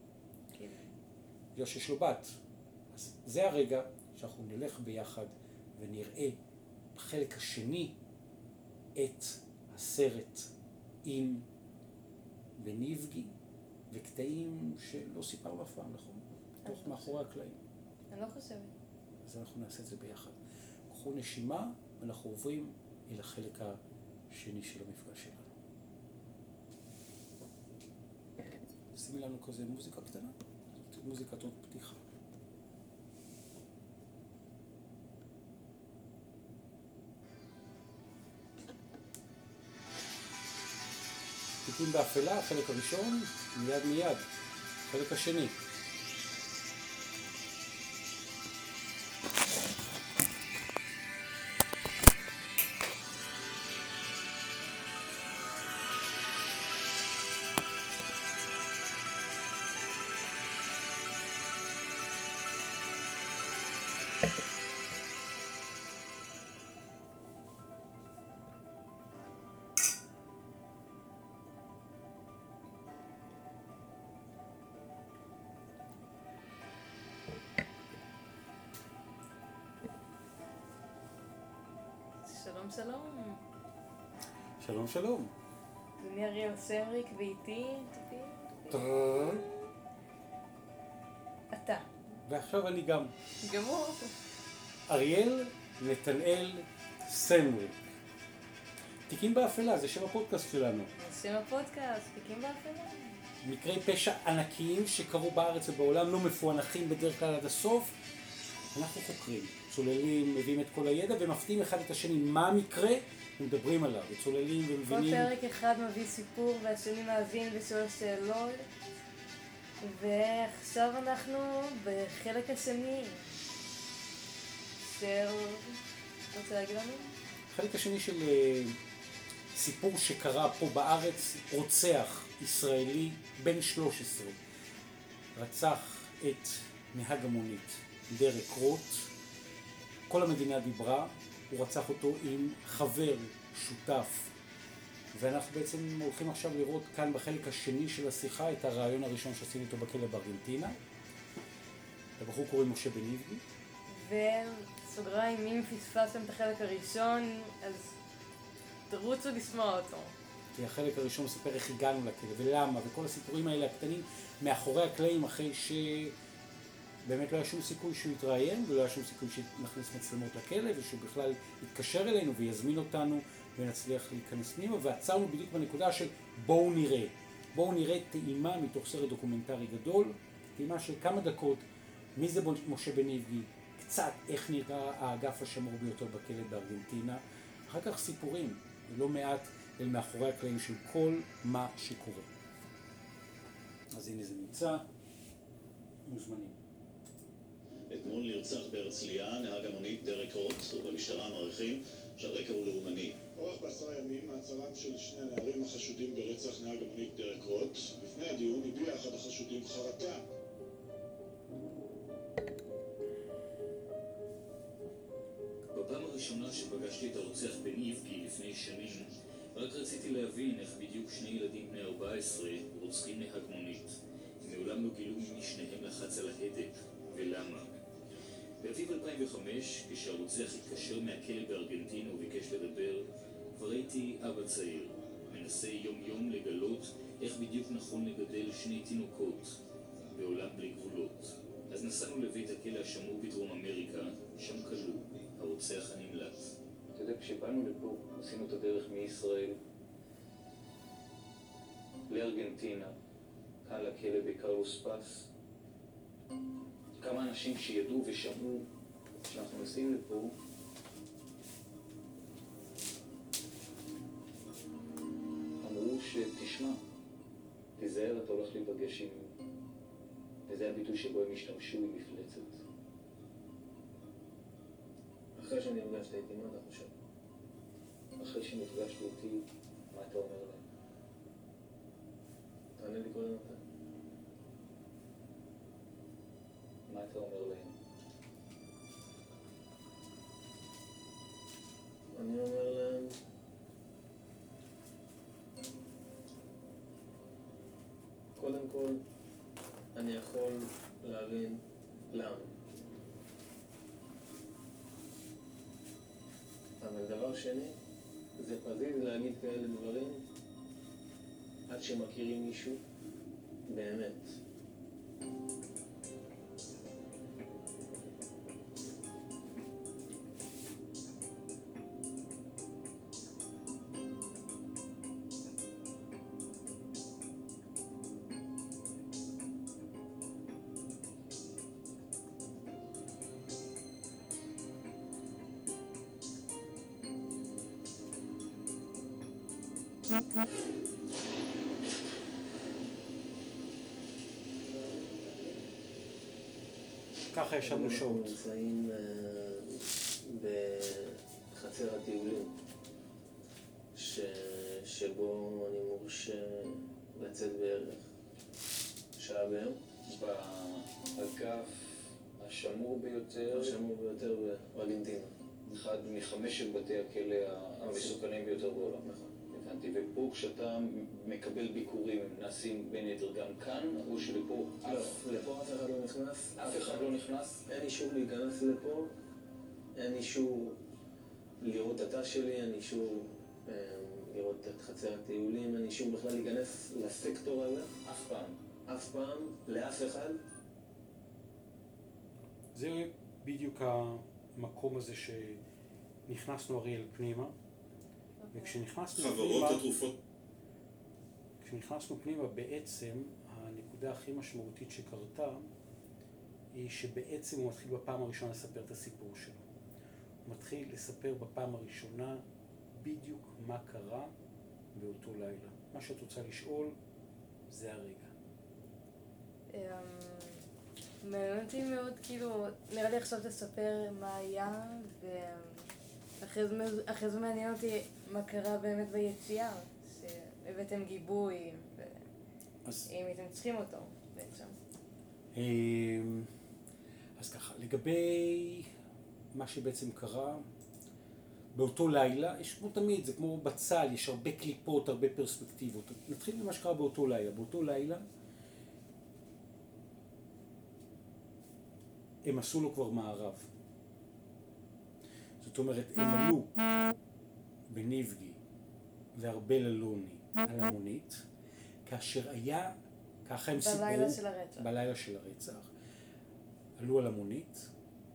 בגלל שיש לו בת. אז זה הרגע שאנחנו נלך ביחד ונראה בחלק השני את הסרט עם בני אבגי וקטעים שלא סיפרנו אף פעם, נכון? תוך מאחורי הקלעים. אני לא חושבת. אז אנחנו נעשה את זה ביחד. קחו נשימה ואנחנו עוברים אל החלק השני של המפגש שלנו. שימי לנו כזה מוזיקה קטנה, מוזיקת עוד פתיחה. תיקים באפלה, החלק הראשון, מיד, החלק השני. שלום. שלום. זה אני אריאל סמריק ואיתי, אתה. ועכשיו אני גם. גמור. אריאל נתנאל סמריק. תיקים באפלה, זה שם הפודקאסט שלנו. זה שם הפודקאסט, תיקים באפלה. מקרי פשע ענקיים שקרו בארץ ובעולם, לא מפוענחים בדרך כלל עד הסוף. אנחנו חוקרים, צוללים, מביאים את כל הידע ומפתיעים אחד את השני מה המקרה ומדברים עליו, וצוללים ומבינים. כל פרק אחד מביא סיפור והשני מאזין ושואל שאלות, ועכשיו אנחנו בחלק השני של... רוצה להגיד לנו? החלק השני של סיפור שקרה פה בארץ, רוצח ישראלי בן 13 רצח את נהג המונית דרק רוט. כל המדינה דיברה, הוא רצח אותו עם חבר, שותף, ואנחנו בעצם הולכים עכשיו לראות כאן בחלק השני של השיחה את הרעיון הראשון שעשינו אותו בכלא בארגנטינה. לבחור קוראים משה בניבגי. וסוגריים, אם פספסתם את החלק הראשון, אז תרוצו לשמוע אותו. כי החלק הראשון מספר איך הגענו לכלא ולמה, וכל הסיפורים האלה הקטנים מאחורי הקלעים, אחרי שבאמת לא היה שום סיכוי שהוא יתראיין, ולא היה שום סיכוי שנכניס מצלמות לכלא, ושהוא בכלל יתקשר אלינו ויזמין אותנו ונצליח להיכנס פנימה, ועצרנו בדיוק בנקודה של בואו נראה. בואו נראה טעימה מתוך סרט דוקומנטרי גדול, טעימה של כמה דקות, מי זה משה בניבגי, קצת איך נראה האגף השמור ביותר בכלא בארגנטינה, אחר כך סיפורים, ולא מעט אל מאחורי הקלעים של כל מה שקורה. אז הנה זה נמצא, מוזמנים. אתמול נרצח בהרצליה נהג המונית דרק רוט, ובמשטרה מעריכים שהרקע הוא לאומני. אורך ב10 ימים מעצרם של שני הנערים החשודים ברצח נהג המונית דרק רוט. לפני הדיון הביע אחד החשודים חרטה. בפעם הראשונה שפגשתי את הרוצח בניבגי לפני שנים, רק רציתי להבין איך בדיוק שני ילדים בני 14 רוצחים נהג מונית. מעולם לא גילו מי משניהם לחץ על ההדק, ולמה. באביב 2005, כשהרוצח התקשר מהכלא בארגנטינה וביקש לדבר, כבר הייתי אבא צעיר, מנסה יום יום לגלות איך בדיוק נכון לגדל שני תינוקות בעולם בלי גבולות. אז נסענו לבית הכלא השמור בדרום אמריקה, שם כלוא הרוצח הנמלט. אתה יודע, כשבאנו לפה, עשינו את הדרך מישראל לארגנטינה, כאן לכלא בקרלוס פאס. כמה אנשים שידעו ושמעו שאנחנו נוסעים לפה, אמרו שתשמע, תיזהר, אתה הולך להיפגש עם... וזה הביטוי שבו הם השתמשו עם מפלצת. אחרי שנפגשת איתי, מה אתה חושב? אחרי שנפגשת איתי, מה אתה אומר להם? תענה לי קודם אתה. מה אתה אומר להם? אני אומר להם... קודם כל, אני יכול להבין למה. אבל דבר שני, זה פזיז להגיד כאלה דברים עד שמכירים מישהו באמת. ככה ישבנו שעות. אנחנו נמצאים בחצר הטיולים, שבו אני מורשה לצאת בערך שעה ביום. באגף השמור ביותר בארגנטינה. אחד מחמשת בתי הכלא המסוכנים ביותר בעולם. נכון. הבנתי, ופה כשאתה מקבל ביקורים, הם נעשים בין היתר גם כאן, או שלפה לפה אף אחד לא נכנס. אף אחד לא נכנס? אין אישור להיכנס לפה, אין אישור לראות את התא שלי, אין אישור לראות את חצר הטיולים, אין אישור בכלל להיכנס לסקטור הזה, אף פעם. אף פעם, לאף אחד. זה בדיוק המקום הזה שנכנסנו אריאל פנימה, וכשנכנסנו חברות התרופות. כשנכנסנו פנימה בעצם הנקודה הכי משמעותית שקרתה היא שבעצם הוא מתחיל בפעם הראשונה לספר את הסיפור שלו. הוא מתחיל לספר בפעם הראשונה בדיוק מה קרה באותו לילה. מה שאת רוצה לשאול זה הרגע. מעניין אותי מאוד, כאילו, נראה לי עכשיו תספר מה היה, ואחרי זה מעניין אותי מה קרה באמת ביציאה, שהבאתם גיבוי, אם הייתם צריכים אותו בעצם. אז ככה, לגבי מה שבעצם קרה, באותו לילה, יש כמו תמיד, זה כמו בצל, יש הרבה קליפות, הרבה פרספקטיבות. נתחיל במה שקרה באותו לילה. באותו לילה, הם עשו לו כבר מערב. זאת אומרת, הם עלו בניבגי וארבל אלוני על המונית, כאשר היה, ככה הם סיפרו, בלילה של הרצח, עלו על המונית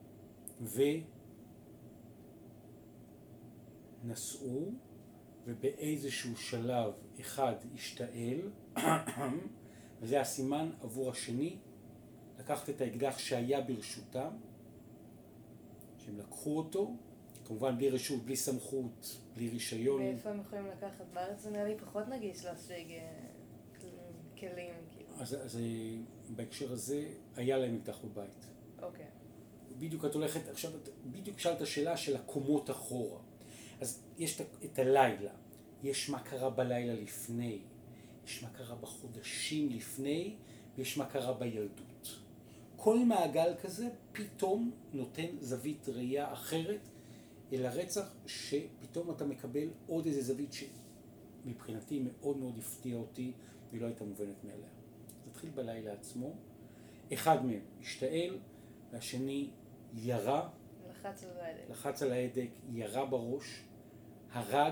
ונסעו, ובאיזשהו שלב אחד השתעל, וזה הסימן עבור השני, לקחת את האקדח שהיה ברשותם, שהם לקחו אותו, כמובן בלי רשות, בלי סמכות, בלי רישיון. ואיפה הם יכולים לקחת? בארץ זה נראה לי פחות נגיש להשיג כלים, כאילו. אז בהקשר הזה, היה להם אקדח בבית. אוקיי. בדיוק את הולכת, עכשיו בדיוק שאלת השאלה של הקומות אחורה. אז יש את הלילה, יש מה קרה בלילה לפני, יש מה קרה בחודשים לפני, ויש מה קרה בילדות. כל מעגל כזה פתאום נותן זווית ראייה אחרת אל הרצח, שפתאום אתה מקבל עוד איזה זווית שמבחינתי מאוד מאוד הפתיע אותי והיא לא הייתה מובנת מאליה. אז נתחיל בלילה עצמו, אחד מהם השתעל והשני ירה, לחץ על ההדק, ירה בראש, הרג,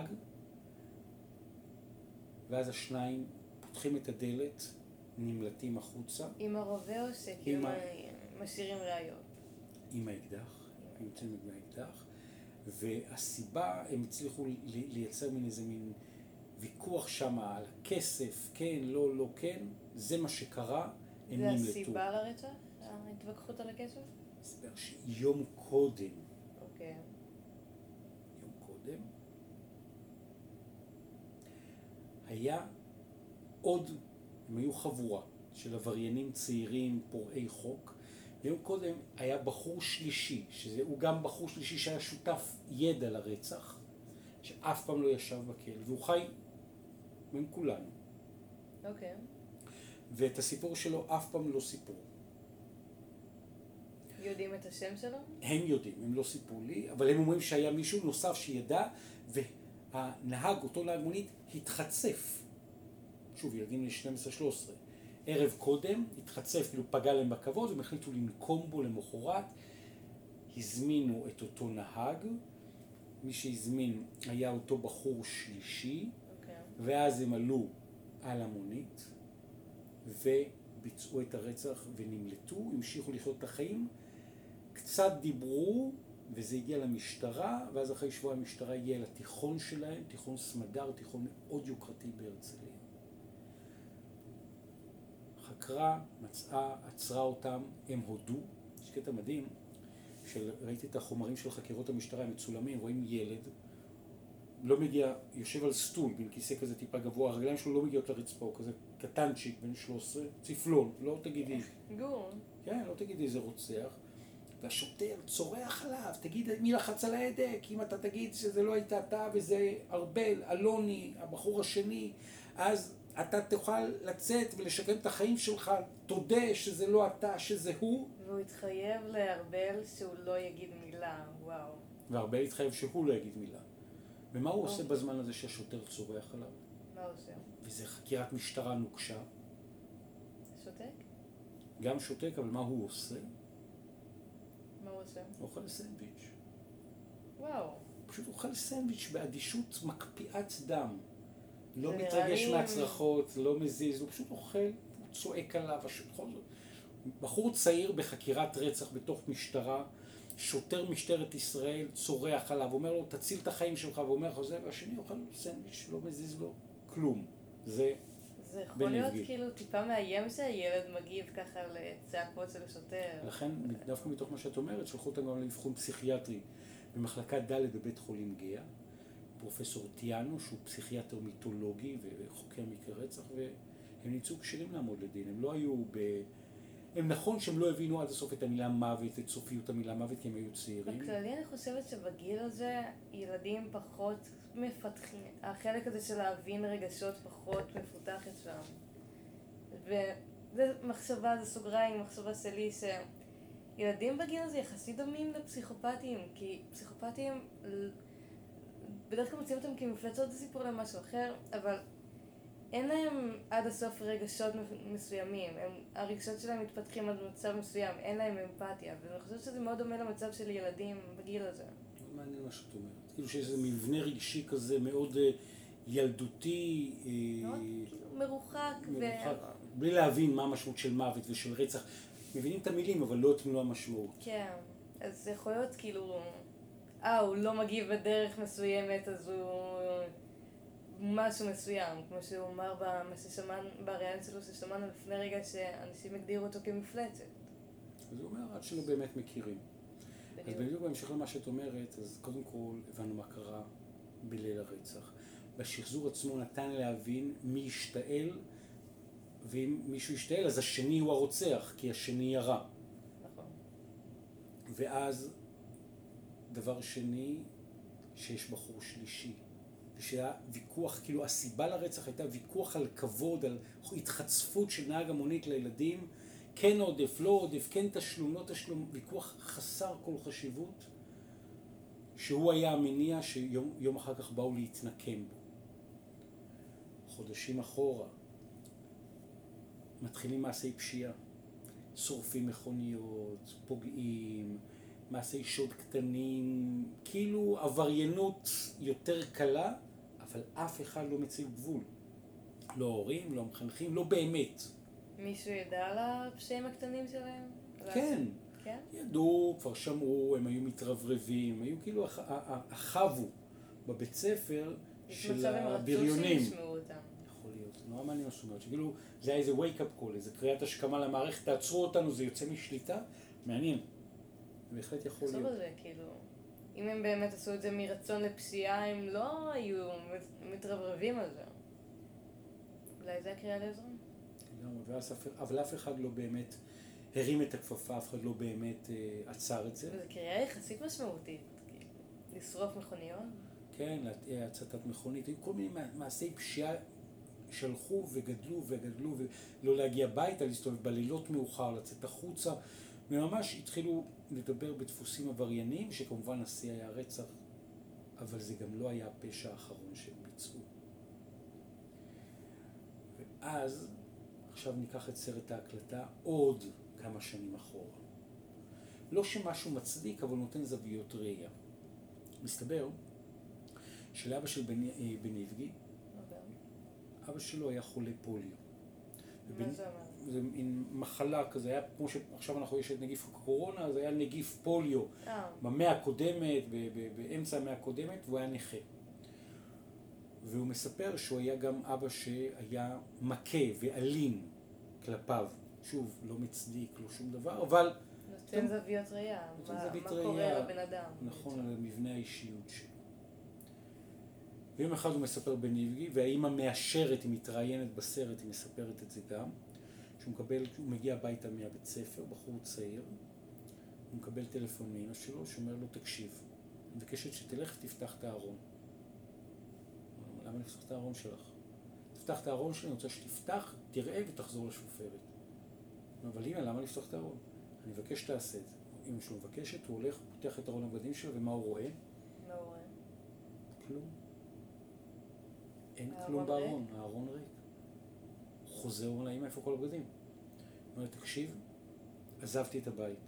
ואז השניים פותחים את הדלת, נמלטים החוצה. עם הרובה או שכאילו משאירים ראיות? עם האקדח, הם יוצאים מהאקדח, והסיבה, הם הצליחו לייצר איזה מין ויכוח שם על הכסף, כן, לא, לא, כן, זה מה שקרה, הם נמלטו. זה הסיבה לרצח? ההתווכחות על הכסף? הסבר שיום קודם, אוקיי. יום קודם, היה עוד, הם היו חבורה של עבריינים צעירים, פורעי חוק. יום קודם היה בחור שלישי, שהוא גם בחור שלישי שהיה שותף ידע לרצח, שאף פעם לא ישב בכלא, והוא חי בין כולנו. אוקיי. ואת הסיפור שלו אף פעם לא סיפרו. יודעים את השם שלו? הם יודעים, הם לא סיפרו לי, אבל הם אומרים שהיה מישהו נוסף שידע, והנהג, אותו נהג מונית, התחצף. שוב, ילדים ל-12-13. ערב קודם, התחצף, כאילו פגע להם בכבוד, והם החליטו לנקום בו למחרת. הזמינו את אותו נהג, מי שהזמין היה אותו בחור שלישי, ואז הם עלו על המונית, וביצעו את הרצח ונמלטו, המשיכו לחיות את החיים, קצת דיברו, וזה הגיע למשטרה, ואז אחרי שבוע המשטרה הגיעה לתיכון שלהם, תיכון סמדר, תיכון מאוד יוקרתי בהרצליה. חקרה, מצאה, עצרה אותם, הם הודו. יש קטע מדהים, ראיתי את החומרים של חקירות המשטרה, הם מצולמים, רואים ילד, לא מגיע, יושב על סטול, בין כיסא כזה טיפה גבוה, הרגליים שלו לא מגיעות לרצפה, הוא כזה קטנצ'יק, בן 13, צפלון, לא תגידי. גור. כן, לא תגידי איזה רוצח. והשוטר צורח עליו, תגיד מי לחץ על ההדק, אם אתה תגיד שזה לא הייתה אתה וזה ארבל, אלוני, הבחור השני, אז אתה תוכל לצאת ולשקם את החיים שלך, תודה שזה לא אתה, שזה הוא. והוא התחייב לארבל שהוא לא יגיד מילה, וואו. וארבל התחייב שהוא לא יגיד מילה. ומה הוא עושה בזמן הזה שהשוטר צורח עליו? מה הוא עושה? וזה חקירת משטרה נוקשה. שותק? גם שותק, אבל מה הוא עושה? מה הוא עושה? הוא אוכל סנדוויץ'. וואו. פשוט אוכל סנדוויץ' באדישות מקפיאת דם. לא מתרגש מהצרחות, לא מזיז, הוא פשוט אוכל, הוא צועק עליו, בכל זאת. בחור צעיר בחקירת רצח בתוך משטרה, שוטר משטרת ישראל צורח עליו, אומר לו תציל את החיים שלך, ואומר לך זה, והשני אוכל סנדוויץ', לא מזיז לו כלום. זה יכול להיות כאילו טיפה מאיים שהילד מגיב ככה לצעקות של השוטר. לכן, דווקא מתוך מה שאת אומרת, שלחו אותם גם לאבחון פסיכיאטרי במחלקה ד' בבית חולים גאה, פרופסור טיאנו, שהוא פסיכיאטר מיתולוגי וחוקר מקרי רצח, והם נמצאו כשירים לעמוד לדין. הם לא היו הם נכון שהם לא הבינו עד הסוף את המילה מוות, את סופיות המילה מוות, כי הם היו צעירים. בכללי אני חושבת שבגיל הזה ילדים פחות מפתחים, החלק הזה של להבין רגשות פחות מפותח אצלם. וזה מחשבה, זה סוגריים, מחשבה שלי שילדים בגיל הזה יחסית דומים לפסיכופטים, כי פסיכופטים בדרך כלל מוצאים אותם כמפלצות, זה סיפור למשהו אחר, אבל אין להם עד הסוף רגשות מסוימים, הרגשות שלהם מתפתחים עד מצב מסוים, אין להם אמפתיה, ואני חושבת שזה מאוד דומה למצב של ילדים בגיל הזה. מאוד מעניין מה שאת אומרת, כאילו שיש איזה מבנה רגשי כזה מאוד ילדותי, מאוד כאילו מרוחק, בלי להבין מה המשמעות של מוות ושל רצח, מבינים את המילים אבל לא את מלוא המשמעות. כן, אז זה יכול להיות כאילו, הוא לא מגיב בדרך מסוימת, אז הוא משהו מסוים, כמו שהוא אמר בראיון שלו ששמענו לפני רגע שאנשים הגדירו אותו כמפלצת. אז הוא אומר, עד שלא באמת מכירים. אז בדיוק בהמשך למה שאת אומרת, אז קודם כל הבנו מה קרה בליל הרצח. בשחזור עצמו נתן להבין מי השתעל, ואם מישהו השתעל אז השני הוא הרוצח, כי השני ירה. נכון. ואז דבר שני, שיש בחור שלישי. ושהיה ויכוח, כאילו הסיבה לרצח הייתה ויכוח על כבוד, על התחצפות של נהג המונית לילדים, כן עודף, לא עודף, כן תשלום, לא תשלום, ויכוח חסר כל חשיבות, שהוא היה המניע שיום אחר כך באו להתנקם בו. חודשים אחורה, מתחילים מעשי פשיעה, שורפים מכוניות, פוגעים, מעשי שוד קטנים, כאילו עבריינות יותר קלה, אבל אף אחד לא מציב גבול. לא הורים, לא מחנכים, לא באמת. מישהו ידע על הפשעים הקטנים שלהם? כן. כן? ידעו, כבר שמעו, הם היו מתרברבים, הם היו כאילו החבו בבית ספר של הבריונים. הם רצו שישמעו אותם. יכול להיות, נורא מעניין מה אומרת, שכאילו זה היה איזה wake-up call, איזה קריאת השכמה למערכת, תעצרו אותנו, זה יוצא משליטה, מעניין. בהחלט יכול להיות. זה, כאילו, אם הם באמת עשו את זה מרצון לפשיעה, הם לא היו מתרברבים על זה. אולי זה הקריאה לעזרה? אבל אף אחד לא באמת הרים את הכפפה, אף אחד לא באמת עצר את זה. וזו קריאה יחסית משמעותית, לשרוף מכוניות. כן, הצתת מכונית, כל מיני מעשי פשיעה שלחו וגדלו, ולא להגיע ביתה, להסתובב בלילות מאוחר, לצאת החוצה, וממש התחילו לדבר בדפוסים עבריינים, שכמובן השיא היה רצח, אבל זה גם לא היה הפשע האחרון שהם ביצעו. ואז, עכשיו ניקח את סרט ההקלטה עוד כמה שנים אחורה. לא שמשהו מצדיק, אבל נותן זוויות ראייה. מסתבר שלאבא של בניבגי, אבא שלו היה חולה פוליו. מה זה אומר? זה מין מחלה כזה, היה כמו שעכשיו אנחנו יש את נגיף הקורונה, זה היה נגיף פוליו במאה הקודמת, באמצע המאה הקודמת, והוא היה נכה. והוא מספר שהוא היה גם אבא שהיה מכה ואלים כלפיו. שוב, לא מצדיק, לא שום דבר, אבל נותן זוויות ראייה, מה קורה לבן אדם. נכון, על מבנה האישיות שלו. ויום אחד הוא מספר בניבגי, והאימא מאשרת, היא מתראיינת בסרט, היא מספרת את זה גם, שהוא מגיע הביתה מהבית ספר, בחור צעיר, הוא מקבל טלפון מאמא שלו, שאומר לו, תקשיב, אני מבקשת שתלך ותפתח את הארון. למה לפתח את הארון שלך? תפתח את הארון שלי, אני רוצה שתפתח, תראה ותחזור לשופרת. אבל אמא, למה לפתח את הארון? אני מבקש שתעשה את זה. אמא שלו מבקשת, הוא הולך, פותח את ארון הבגדים שלו, ומה הוא רואה? מה הוא רואה? כלום. אין כלום בארון, הארון ריק. הוא חוזר, הוא אומר לאמא, איפה כל הבגדים? הוא אומר, תקשיב, עזבתי את הבית.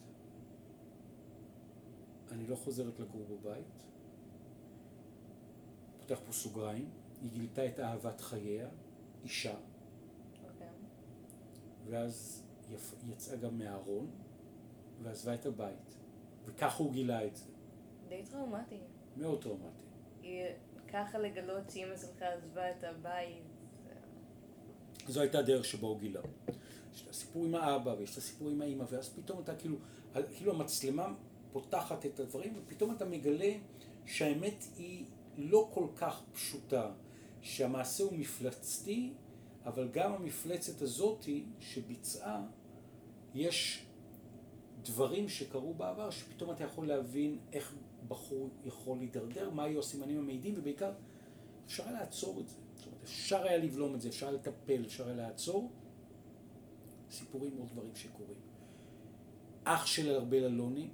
אני לא חוזרת לגור בבית. פותח פה סוגריים. היא גילתה את אהבת חייה, אישה, אוקיי. ואז היא יצאה גם מהארון, ועזבה את הבית. וככה הוא גילה את זה. די טראומטי. מאוד טראומטי. היא ככה לגלות שאמא שלך עזבה את הבית. זו הייתה הדרך שבה הוא גילה. יש את הסיפור עם האבא, ויש את הסיפור עם האמא, ואז פתאום אתה כאילו המצלמה פותחת את הדברים, ופתאום אתה מגלה שהאמת היא לא כל כך פשוטה, שהמעשה הוא מפלצתי, אבל גם המפלצת הזאת שביצעה, יש דברים שקרו בעבר, שפתאום אתה יכול להבין איך בחור יכול להידרדר, מה היו הסימנים המעידים, ובעיקר אפשר היה לעצור את זה. זאת אומרת, אפשר היה לבלום את זה, אפשר היה לטפל, אפשר היה לעצור. סיפורים עוד דברים שקורים. אח של ארבל אלוני,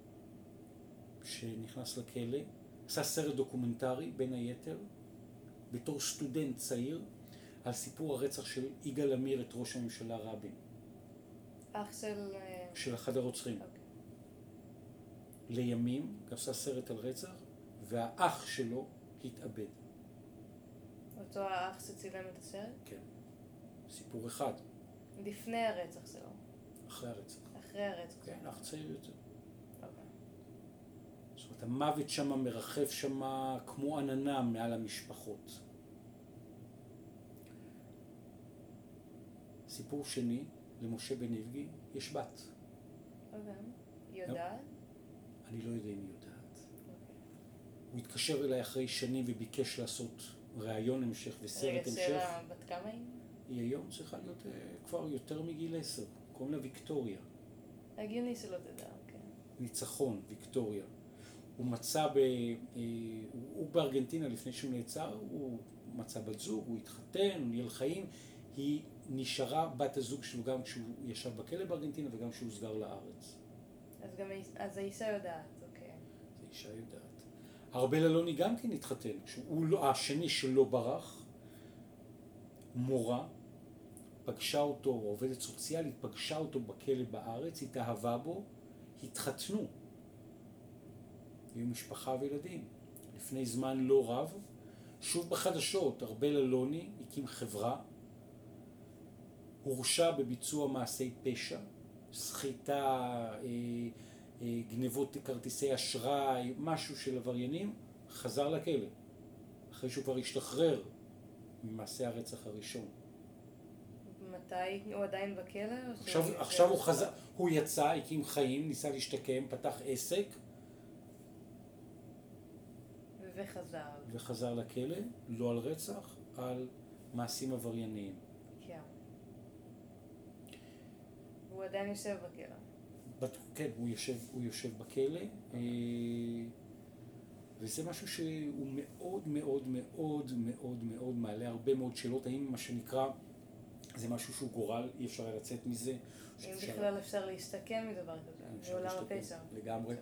שנכנס לכלא, עשה סרט דוקומנטרי, בין היתר, בתור סטודנט צעיר, על סיפור הרצח של יגאל עמיר את ראש הממשלה רבין. אח של אחד הרוצחים. אוקיי. לימים, עשה סרט על רצח, והאח שלו התאבד. אותו האח שצילם את הסרט? כן. סיפור אחד. לפני הרצח שלו. אחרי הרצח. אחרי הרצח. כן, אח צעיר יותר. אוקיי. זאת אומרת, המוות שם מרחף שם כמו עננה מעל המשפחות. סיפור שני, למשה בן נבגי, יש בת. אוקיי. היא יודעת? אני לא יודע אם היא יודעת. הוא התקשר אליי אחרי שנים וביקש לעשות ראיון המשך וסרט המשך. רגע, שאלה, בת כמה היא? היא היום צריכה להיות כבר יותר מגיל 10. קוראים לה ויקטוריה. הגיוני שלא תדע, אוקיי. ניצחון, ויקטוריה. הוא מצא הוא בארגנטינה לפני שהוא נעצר, הוא מצא בת זוג, הוא התחתן, הוא ניהל חיים. היא נשארה בת הזוג שלו גם כשהוא ישב בכלא בארגנטינה וגם כשהוא הוסגר לארץ. אז האישה יודעת, אוקיי. אז האישה יודעת. ארבל אלוני גם כן התחתן, השני שלא ברח, מורה, פגשה אותו, עובדת סוציאלית, פגשה אותו בכלא בארץ, התאהבה בו, התחתנו. היו משפחה וילדים. לפני זמן לא רב, שוב בחדשות, ארבל אלוני הקים חברה, הורשע בביצוע מעשי פשע, סחיטה, גנבות כרטיסי אשראי, משהו של עבריינים, חזר לכלא. אחרי שהוא כבר השתחרר ממעשה הרצח הראשון. מתי? הוא עדיין בכלא? עכשיו הוא חזר, הוא יצא, הקים חיים, ניסה להשתקם, פתח עסק. וחזר לכלא, לא על רצח, על מעשים עברייניים. כן. הוא עדיין יושב בכלא. כן, הוא יושב בכלא, וזה משהו שהוא מאוד מאוד מאוד מאוד מאוד מעלה הרבה מאוד שאלות, האם מה שנקרא, זה משהו שהוא גורל, אי אפשר לצאת מזה. אם בכלל אפשר להשתקם מדבר כזה, בעולם הפשע. לגמרי.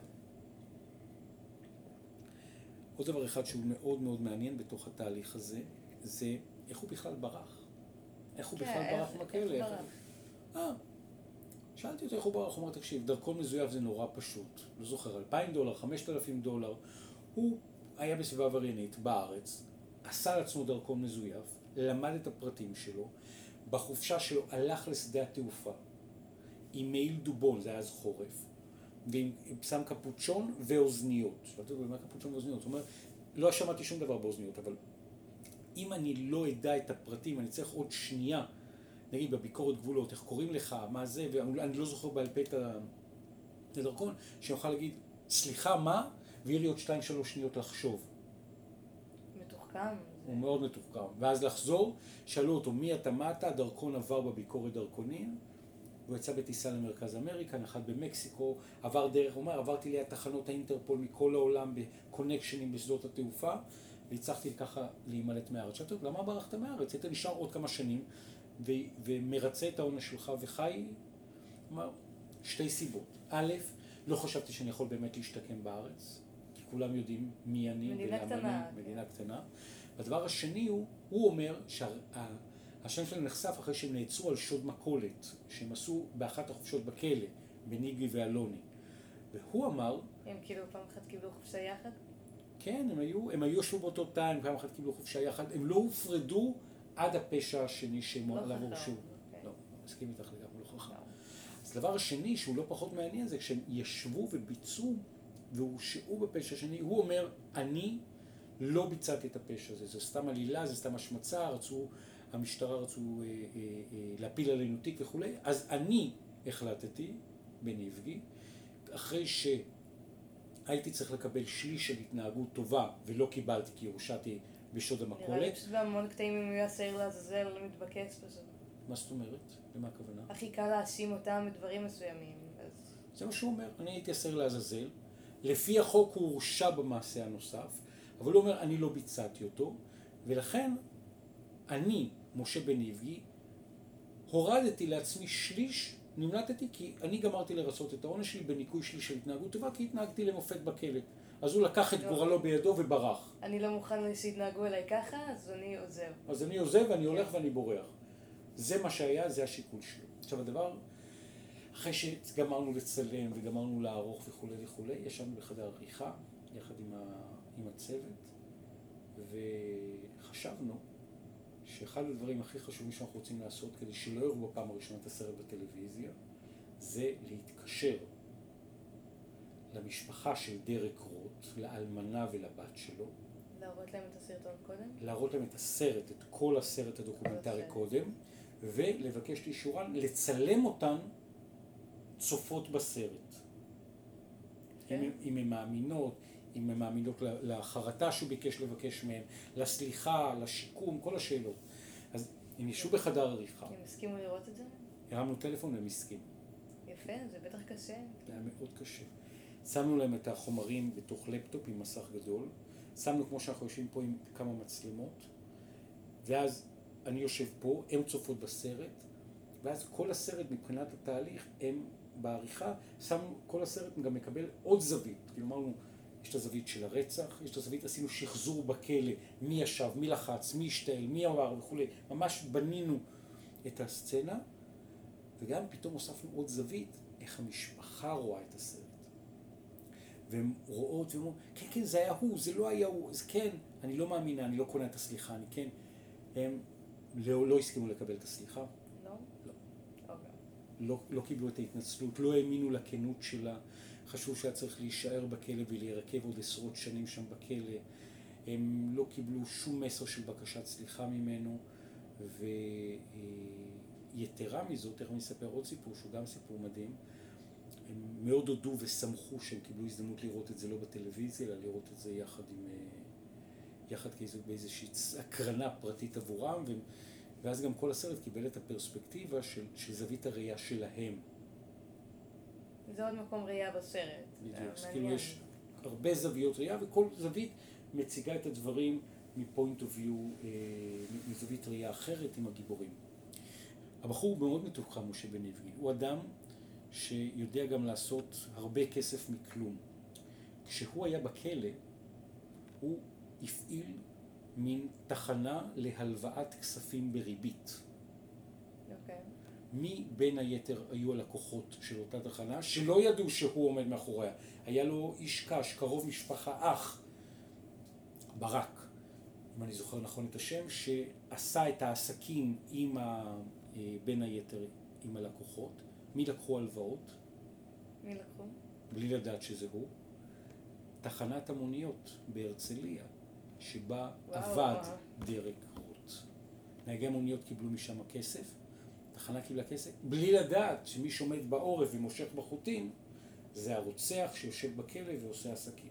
עוד דבר אחד שהוא מאוד מאוד מעניין בתוך התהליך הזה, זה איך הוא בכלל ברח. איך הוא בכלל ברח מהכלא. שאלתי אותו איך הוא ברח, הוא אמר, תקשיב, דרכון מזויף זה נורא פשוט. לא זוכר, $2,000, $5,000. הוא היה בסביבה עבריינית בארץ, עשה לעצמו דרכון מזויף, למד את הפרטים שלו, בחופשה שלו הלך לשדה התעופה, עם מעיל דובון, זה היה אז חורף, ועם שם קפוצ'ון ואוזניות. שאלתי אותו, מה קפוצ'ון ואוזניות? הוא אומר, לא שמעתי שום דבר באוזניות, אבל אם אני לא אדע את הפרטים, אני צריך עוד שנייה, נגיד בביקורת גבולות, איך קוראים לך, מה זה, ואני לא זוכר בעל פה את הדרכון, שיוכל להגיד, סליחה, מה? ויהיה לי עוד 2-3 שניות לחשוב. מתוחכם. הוא מאוד מתוחכם. ואז לחזור, שאלו אותו, מי אתה, מה אתה? הדרכון עבר בביקורת דרכונים, הוא יצא בטיסה למרכז אמריקה, נחת במקסיקו, עבר דרך, הוא אומר, עברתי ליד תחנות האינטרפול מכל העולם בקונקשנים בשדות התעופה, והצלחתי ככה להימלט מהארץ. שאלתי אותו, למה ברחת מהארץ? היית נשאר עוד כמה שנים, ומרצה את העונש שלך וחי. אמר, 2 סיבות. א', לא חשבתי שאני יכול באמת להשתקם בארץ, כי כולם יודעים מי אני ולמה אני, מדינה קטנה. הדבר השני הוא אומר שהשם שלהם נחשף אחרי שהם נעצרו על שוד מכולת, שהם עשו באחת החופשות בכלא, בניגי ואלוני. והוא אמר... הם כאילו פעם אחת קיבלו חופשה יחד? כן, הם היו שוב באותו תא, הם פעם אחת קיבלו חופשה יחד, הם לא הופרדו עד הפשע השני שהם עליו הורשו. לא, מסכים איתך לגמרי, לא חכם. אז הדבר השני שהוא לא פחות מעניין זה כשהם ישבו וביצעו והורשעו בפשע השני, הוא אומר, אני לא ביצעתי את הפשע הזה, זה סתם עלילה, זה סתם השמצה, המשטרה רצו להפיל עלינו תיק וכו', אז אני החלטתי, בני אבגי, אחרי שהייתי צריך לקבל שליש של התנהגות טובה ולא קיבלתי כי הורשעתי בשוד המכולת. נראה לי פשוט בהמון קטעים אם יהיה שעיר לעזאזל מתבקש פשוט. מה זאת אומרת? למה הכוונה? הכי קל להאשים אותם בדברים מסוימים. זה מה שהוא אומר, אני הייתי שעיר לעזאזל, לפי החוק הוא הורשע במעשה הנוסף, אבל הוא אומר אני לא ביצעתי אותו, ולכן אני, משה בן אבגי, הורדתי לעצמי שליש, נמלטתי כי אני גמרתי לרצות את העונש שלי בניקוי שלי של התנהגות טובה, כי התנהגתי למופת בכלא. אז הוא לקח את גורלו בידו וברח. אני לא מוכן שיתנהגו אליי ככה, אז אני עוזב. אז אני עוזב ואני הולך ואני בורח. זה מה שהיה, זה השיקול שלו. עכשיו הדבר, אחרי שגמרנו לצלם וגמרנו לערוך וכו' וכו', ישבנו בחדר עריכה, יחד עם הצוות, וחשבנו שאחד הדברים הכי חשובים שאנחנו רוצים לעשות כדי שלא יראו בפעם הראשונה את הסרט בטלוויזיה, זה להתקשר למשפחה של דרק רוט, לאלמנה ולבת שלו. להראות להם את הסרטון קודם? להראות להם את הסרט, את כל הסרט הדוקומנטרי קודם, ולבקש לאישורן לצלם אותן צופות בסרט. אם הן מאמינות, אם הן מאמינות לחרטה שהוא ביקש לבקש מהן, לסליחה, לשיקום, כל השאלות. אז הם ישבו בחדר עריכה. הם הסכימו לראות את זה? הרמנו טלפון והם הסכימו. יפה, זה בטח קשה. זה היה מאוד קשה. שמנו להם את החומרים בתוך לפטופ עם מסך גדול, שמנו כמו שאנחנו יושבים פה עם כמה מצלמות, ואז אני יושב פה, הם צופות בסרט, ואז כל הסרט מבחינת התהליך, הם בעריכה, שמנו, כל הסרט גם מקבל עוד זווית, כאילו אמרנו, יש את הזווית של הרצח, יש את הזווית, עשינו שחזור בכלא, מי ישב, מי לחץ, מי השתעל, מי עבר וכו', ממש בנינו את הסצנה, וגם פתאום הוספנו עוד זווית, איך המשפחה רואה את הסרט. והן רואות ואומרות, כן, כן, זה היה הוא, זה לא היה הוא, אז כן, אני לא מאמינה, אני לא קונה את הסליחה, אני כן, הם לא הסכימו לקבל את הסליחה. לא? לא. אוקיי. לא קיבלו את ההתנצלות, לא האמינו לכנות שלה, חשבו שהיה צריך להישאר בכלא ולהירקב עוד עשרות שנים שם בכלא, הם לא קיבלו שום מסר של בקשת סליחה ממנו, ויתרה מזאת, תכף אני אספר עוד סיפור, שהוא גם סיפור מדהים, הם מאוד הודו ושמחו שהם קיבלו הזדמנות לראות את זה לא בטלוויזיה, אלא לראות את זה יחד באיזושהי הקרנה פרטית עבורם, ואז גם כל הסרט קיבל את הפרספקטיבה של זווית הראייה שלהם. זה עוד מקום ראייה בסרט. בדיוק, כאילו יש הרבה זוויות ראייה, וכל זווית מציגה את הדברים מפוינט אוף ויו, מזווית ראייה אחרת עם הגיבורים. הבחור מאוד מתוחכם, משה בן אבגי, הוא אדם שיודע גם לעשות הרבה כסף מכלום. כשהוא היה בכלא, הוא הפעיל מין תחנה להלוואת כספים בריבית. אוקיי. מי בין היתר היו הלקוחות של אותה תחנה, שלא ידעו שהוא עומד מאחוריה. היה לו איש קש, קרוב משפחה, אח, ברק, אם אני זוכר נכון את השם, שעשה את העסקים בין היתר עם הלקוחות. מי לקחו הלוואות? מי לקחו? בלי לדעת שזה הוא. תחנת המוניות בהרצליה, שבה עבד דרק רוט. נהגי מוניות קיבלו משם כסף, תחנה קיבלה כסף, בלי לדעת שמי שעומד בעורף ומושך בחוטים, זה הרוצח שיושב בכלא ועושה עסקים.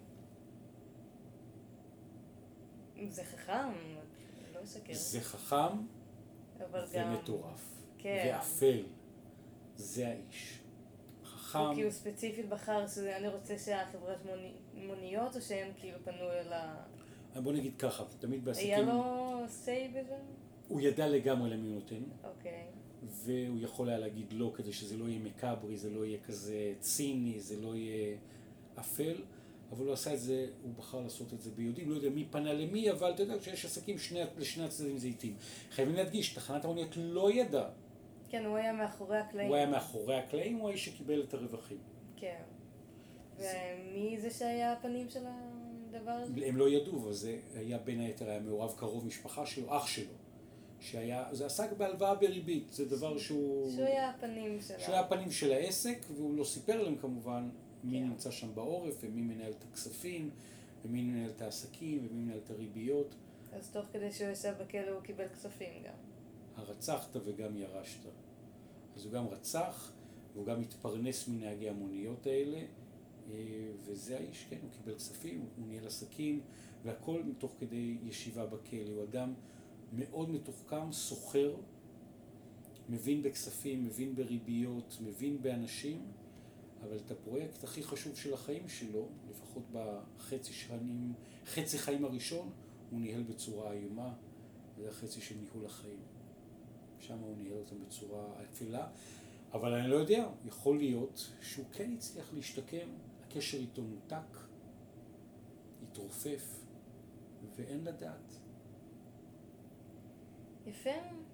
זה חכם, לא אסקר. זה חכם ומטורף. כן. ואפל. זה האיש. חכם. הוא כאילו ספציפית בחר שאני רוצה שהחברת מוניות, או שהם כאילו פנו אל בוא נגיד ככה, תמיד בעסקים... היה לו say בזה? הוא ידע לגמרי למי הוא נותן. אוקיי. והוא יכול היה להגיד לא, כדי שזה לא יהיה מקברי, זה לא יהיה כזה ציני, זה לא יהיה אפל, אבל הוא עשה את זה, הוא בחר לעשות את זה ביודעים, לא יודע מי פנה למי, אבל אתה יודע, כשיש עסקים לשני הצדדים זה איטים. חייבים להדגיש, תחנת המוניות לא ידע. כן, הוא היה מאחורי הקלעים. הוא היה מאחורי הקלעים, הוא האיש שקיבל את הרווחים. כן. ומי זה שהיה הפנים של הדבר הזה? הם לא ידעו, אבל זה היה בין היתר, היה מעורב קרוב משפחה שלו, אח שלו, זה עסק בהלוואה בריבית, זה דבר שהוא היה הפנים שלה. שהוא היה הפנים של העסק, והוא לא סיפר להם כמובן מי נמצא שם בעורף, ומי מנהל את הכספים, ומי מנהל את העסקים, ומי מנהל את הריביות. אז תוך כדי שהוא ישב בכלא הוא קיבל כספים גם. הרצחת וגם ירשת. אז הוא גם רצח, והוא גם התפרנס מנהגי המוניות האלה, וזה האיש, כן, הוא קיבל כספים, הוא ניהל עסקים, והכל מתוך כדי ישיבה בכלא. הוא אדם מאוד מתוחכם, סוחר, מבין בכספים, מבין בריביות, מבין באנשים, אבל את הפרויקט הכי חשוב של החיים שלו, לפחות חצי חיים הראשון, הוא ניהל בצורה איומה, וזה החצי של ניהול החיים. שם הוא ניהל אותם בצורה אפלה, אבל אני לא יודע, יכול להיות שהוא כן הצליח להשתקם, הקשר איתו נותק, התרופף, ואין לדעת. יפה.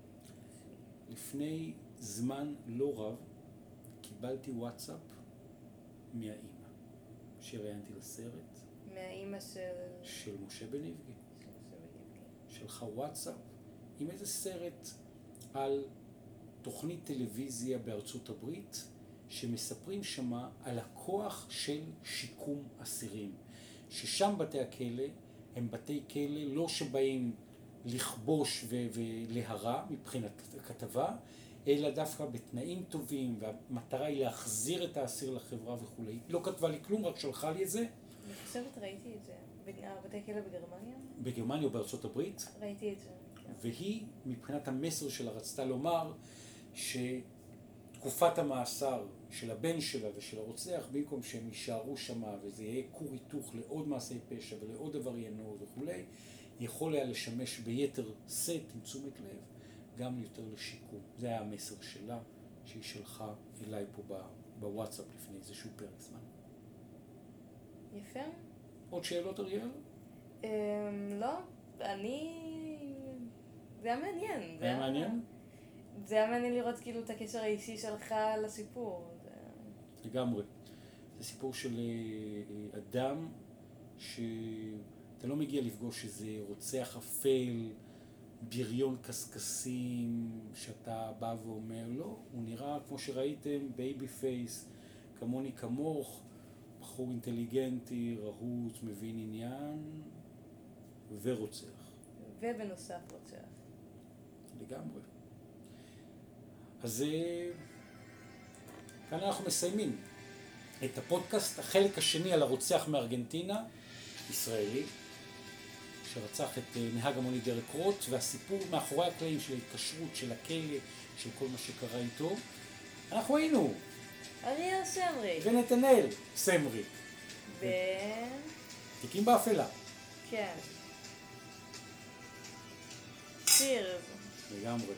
לפני זמן לא רב קיבלתי וואטסאפ מהאימא שראיינתי לסרט. מהאימא של משה בניבגי. שלחה וואטסאפ עם איזה סרט על תוכנית טלוויזיה בארצות הברית שמספרים שמה על הכוח של שיקום אסירים. ששם בתי הכלא הם בתי כלא לא שבאים לכבוש ולהרע מבחינת הכתבה, אלא דווקא בתנאים טובים, והמטרה היא להחזיר את האסיר לחברה וכו'. לא כתבה לי כלום, רק שלחה לי את זה. אני חושבת ראיתי את זה. בתי כלא בגרמניה? בגרמניה או בארצות הברית. ראיתי את זה. והיא, מבחינת המסר שלה, רצתה לומר שתקופת המאסר של הבן שלה ושל הרוצח, במקום שהם יישארו שמה וזה יהיה כור היתוך לעוד מעשי פשע ולעוד עבריינות וכו', יכול היה לשמש ביתר סט עם תשומת לב, גם יותר לשיקום. זה היה המסר שלה, שהיא שלחה אליי פה בוואטסאפ לפני איזשהו פרק זמן. יפה. עוד שאלות, אריאל? לא, זה היה מעניין. היה מעניין? זה היה מעניין לראות כאילו את הקשר האישי שלך לסיפור. לגמרי. זה סיפור של אדם שאתה לא מגיע לפגוש איזה רוצח אפל, בריון קסקסים, שאתה בא ואומר, לא, הוא נראה כמו שראיתם, בייבי פייס, כמוני כמוך, בחור אינטליגנטי, רהוט, מבין עניין, ורוצח. ובנוסף רוצח. לגמרי. אז כאן אנחנו מסיימים את הפודקאסט, החלק השני על הרוצח מארגנטינה, ישראלי, שרצח את נהג המונית דרק רוט, והסיפור מאחורי הקלעים של ההתקשרות, של הכלא, של כל מה שקרה איתו. אנחנו היינו אריאל סמרי. ונתנאל סמרי. תיקים באפלה. כן. צ'ירס. לגמרי.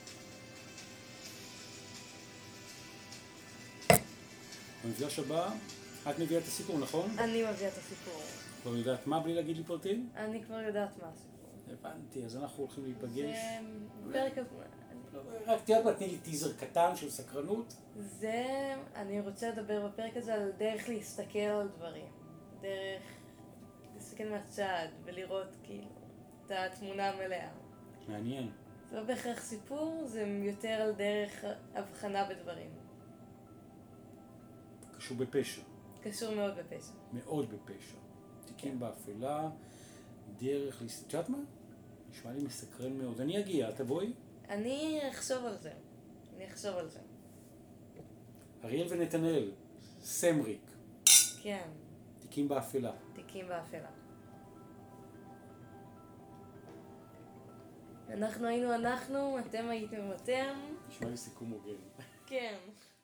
במפגש הבא, את מביאה את הסיפור, נכון? אני מביאה את הסיפור. כבר יודעת מה בלי להגיד לי פרטים? אני כבר יודעת מה הסיפור. הבנתי, אז אנחנו הולכים להיפגש. זה פרק... רק תני לי טיזר קטן של סקרנות. אני רוצה לדבר בפרק הזה על דרך להסתכל על דברים. דרך להסתכל מהצד ולראות כאילו את התמונה המלאה. מעניין. זה לא בהכרח סיפור, זה יותר על דרך הבחנה בדברים. קשור בפשע. קשור מאוד בפשע. מאוד בפשע. תיקים באפלה, דרך את יודעת מה? נשמע לי מסקרן מאוד. אני אגיע, תבואי? אני אחשוב על זה. אריאל ונתנאל, סמריק. כן. תיקים באפלה. תיקים באפלה. אנחנו היינו אנחנו, אתם הייתם אתם. נשמע לי סיכום הוגן. כן.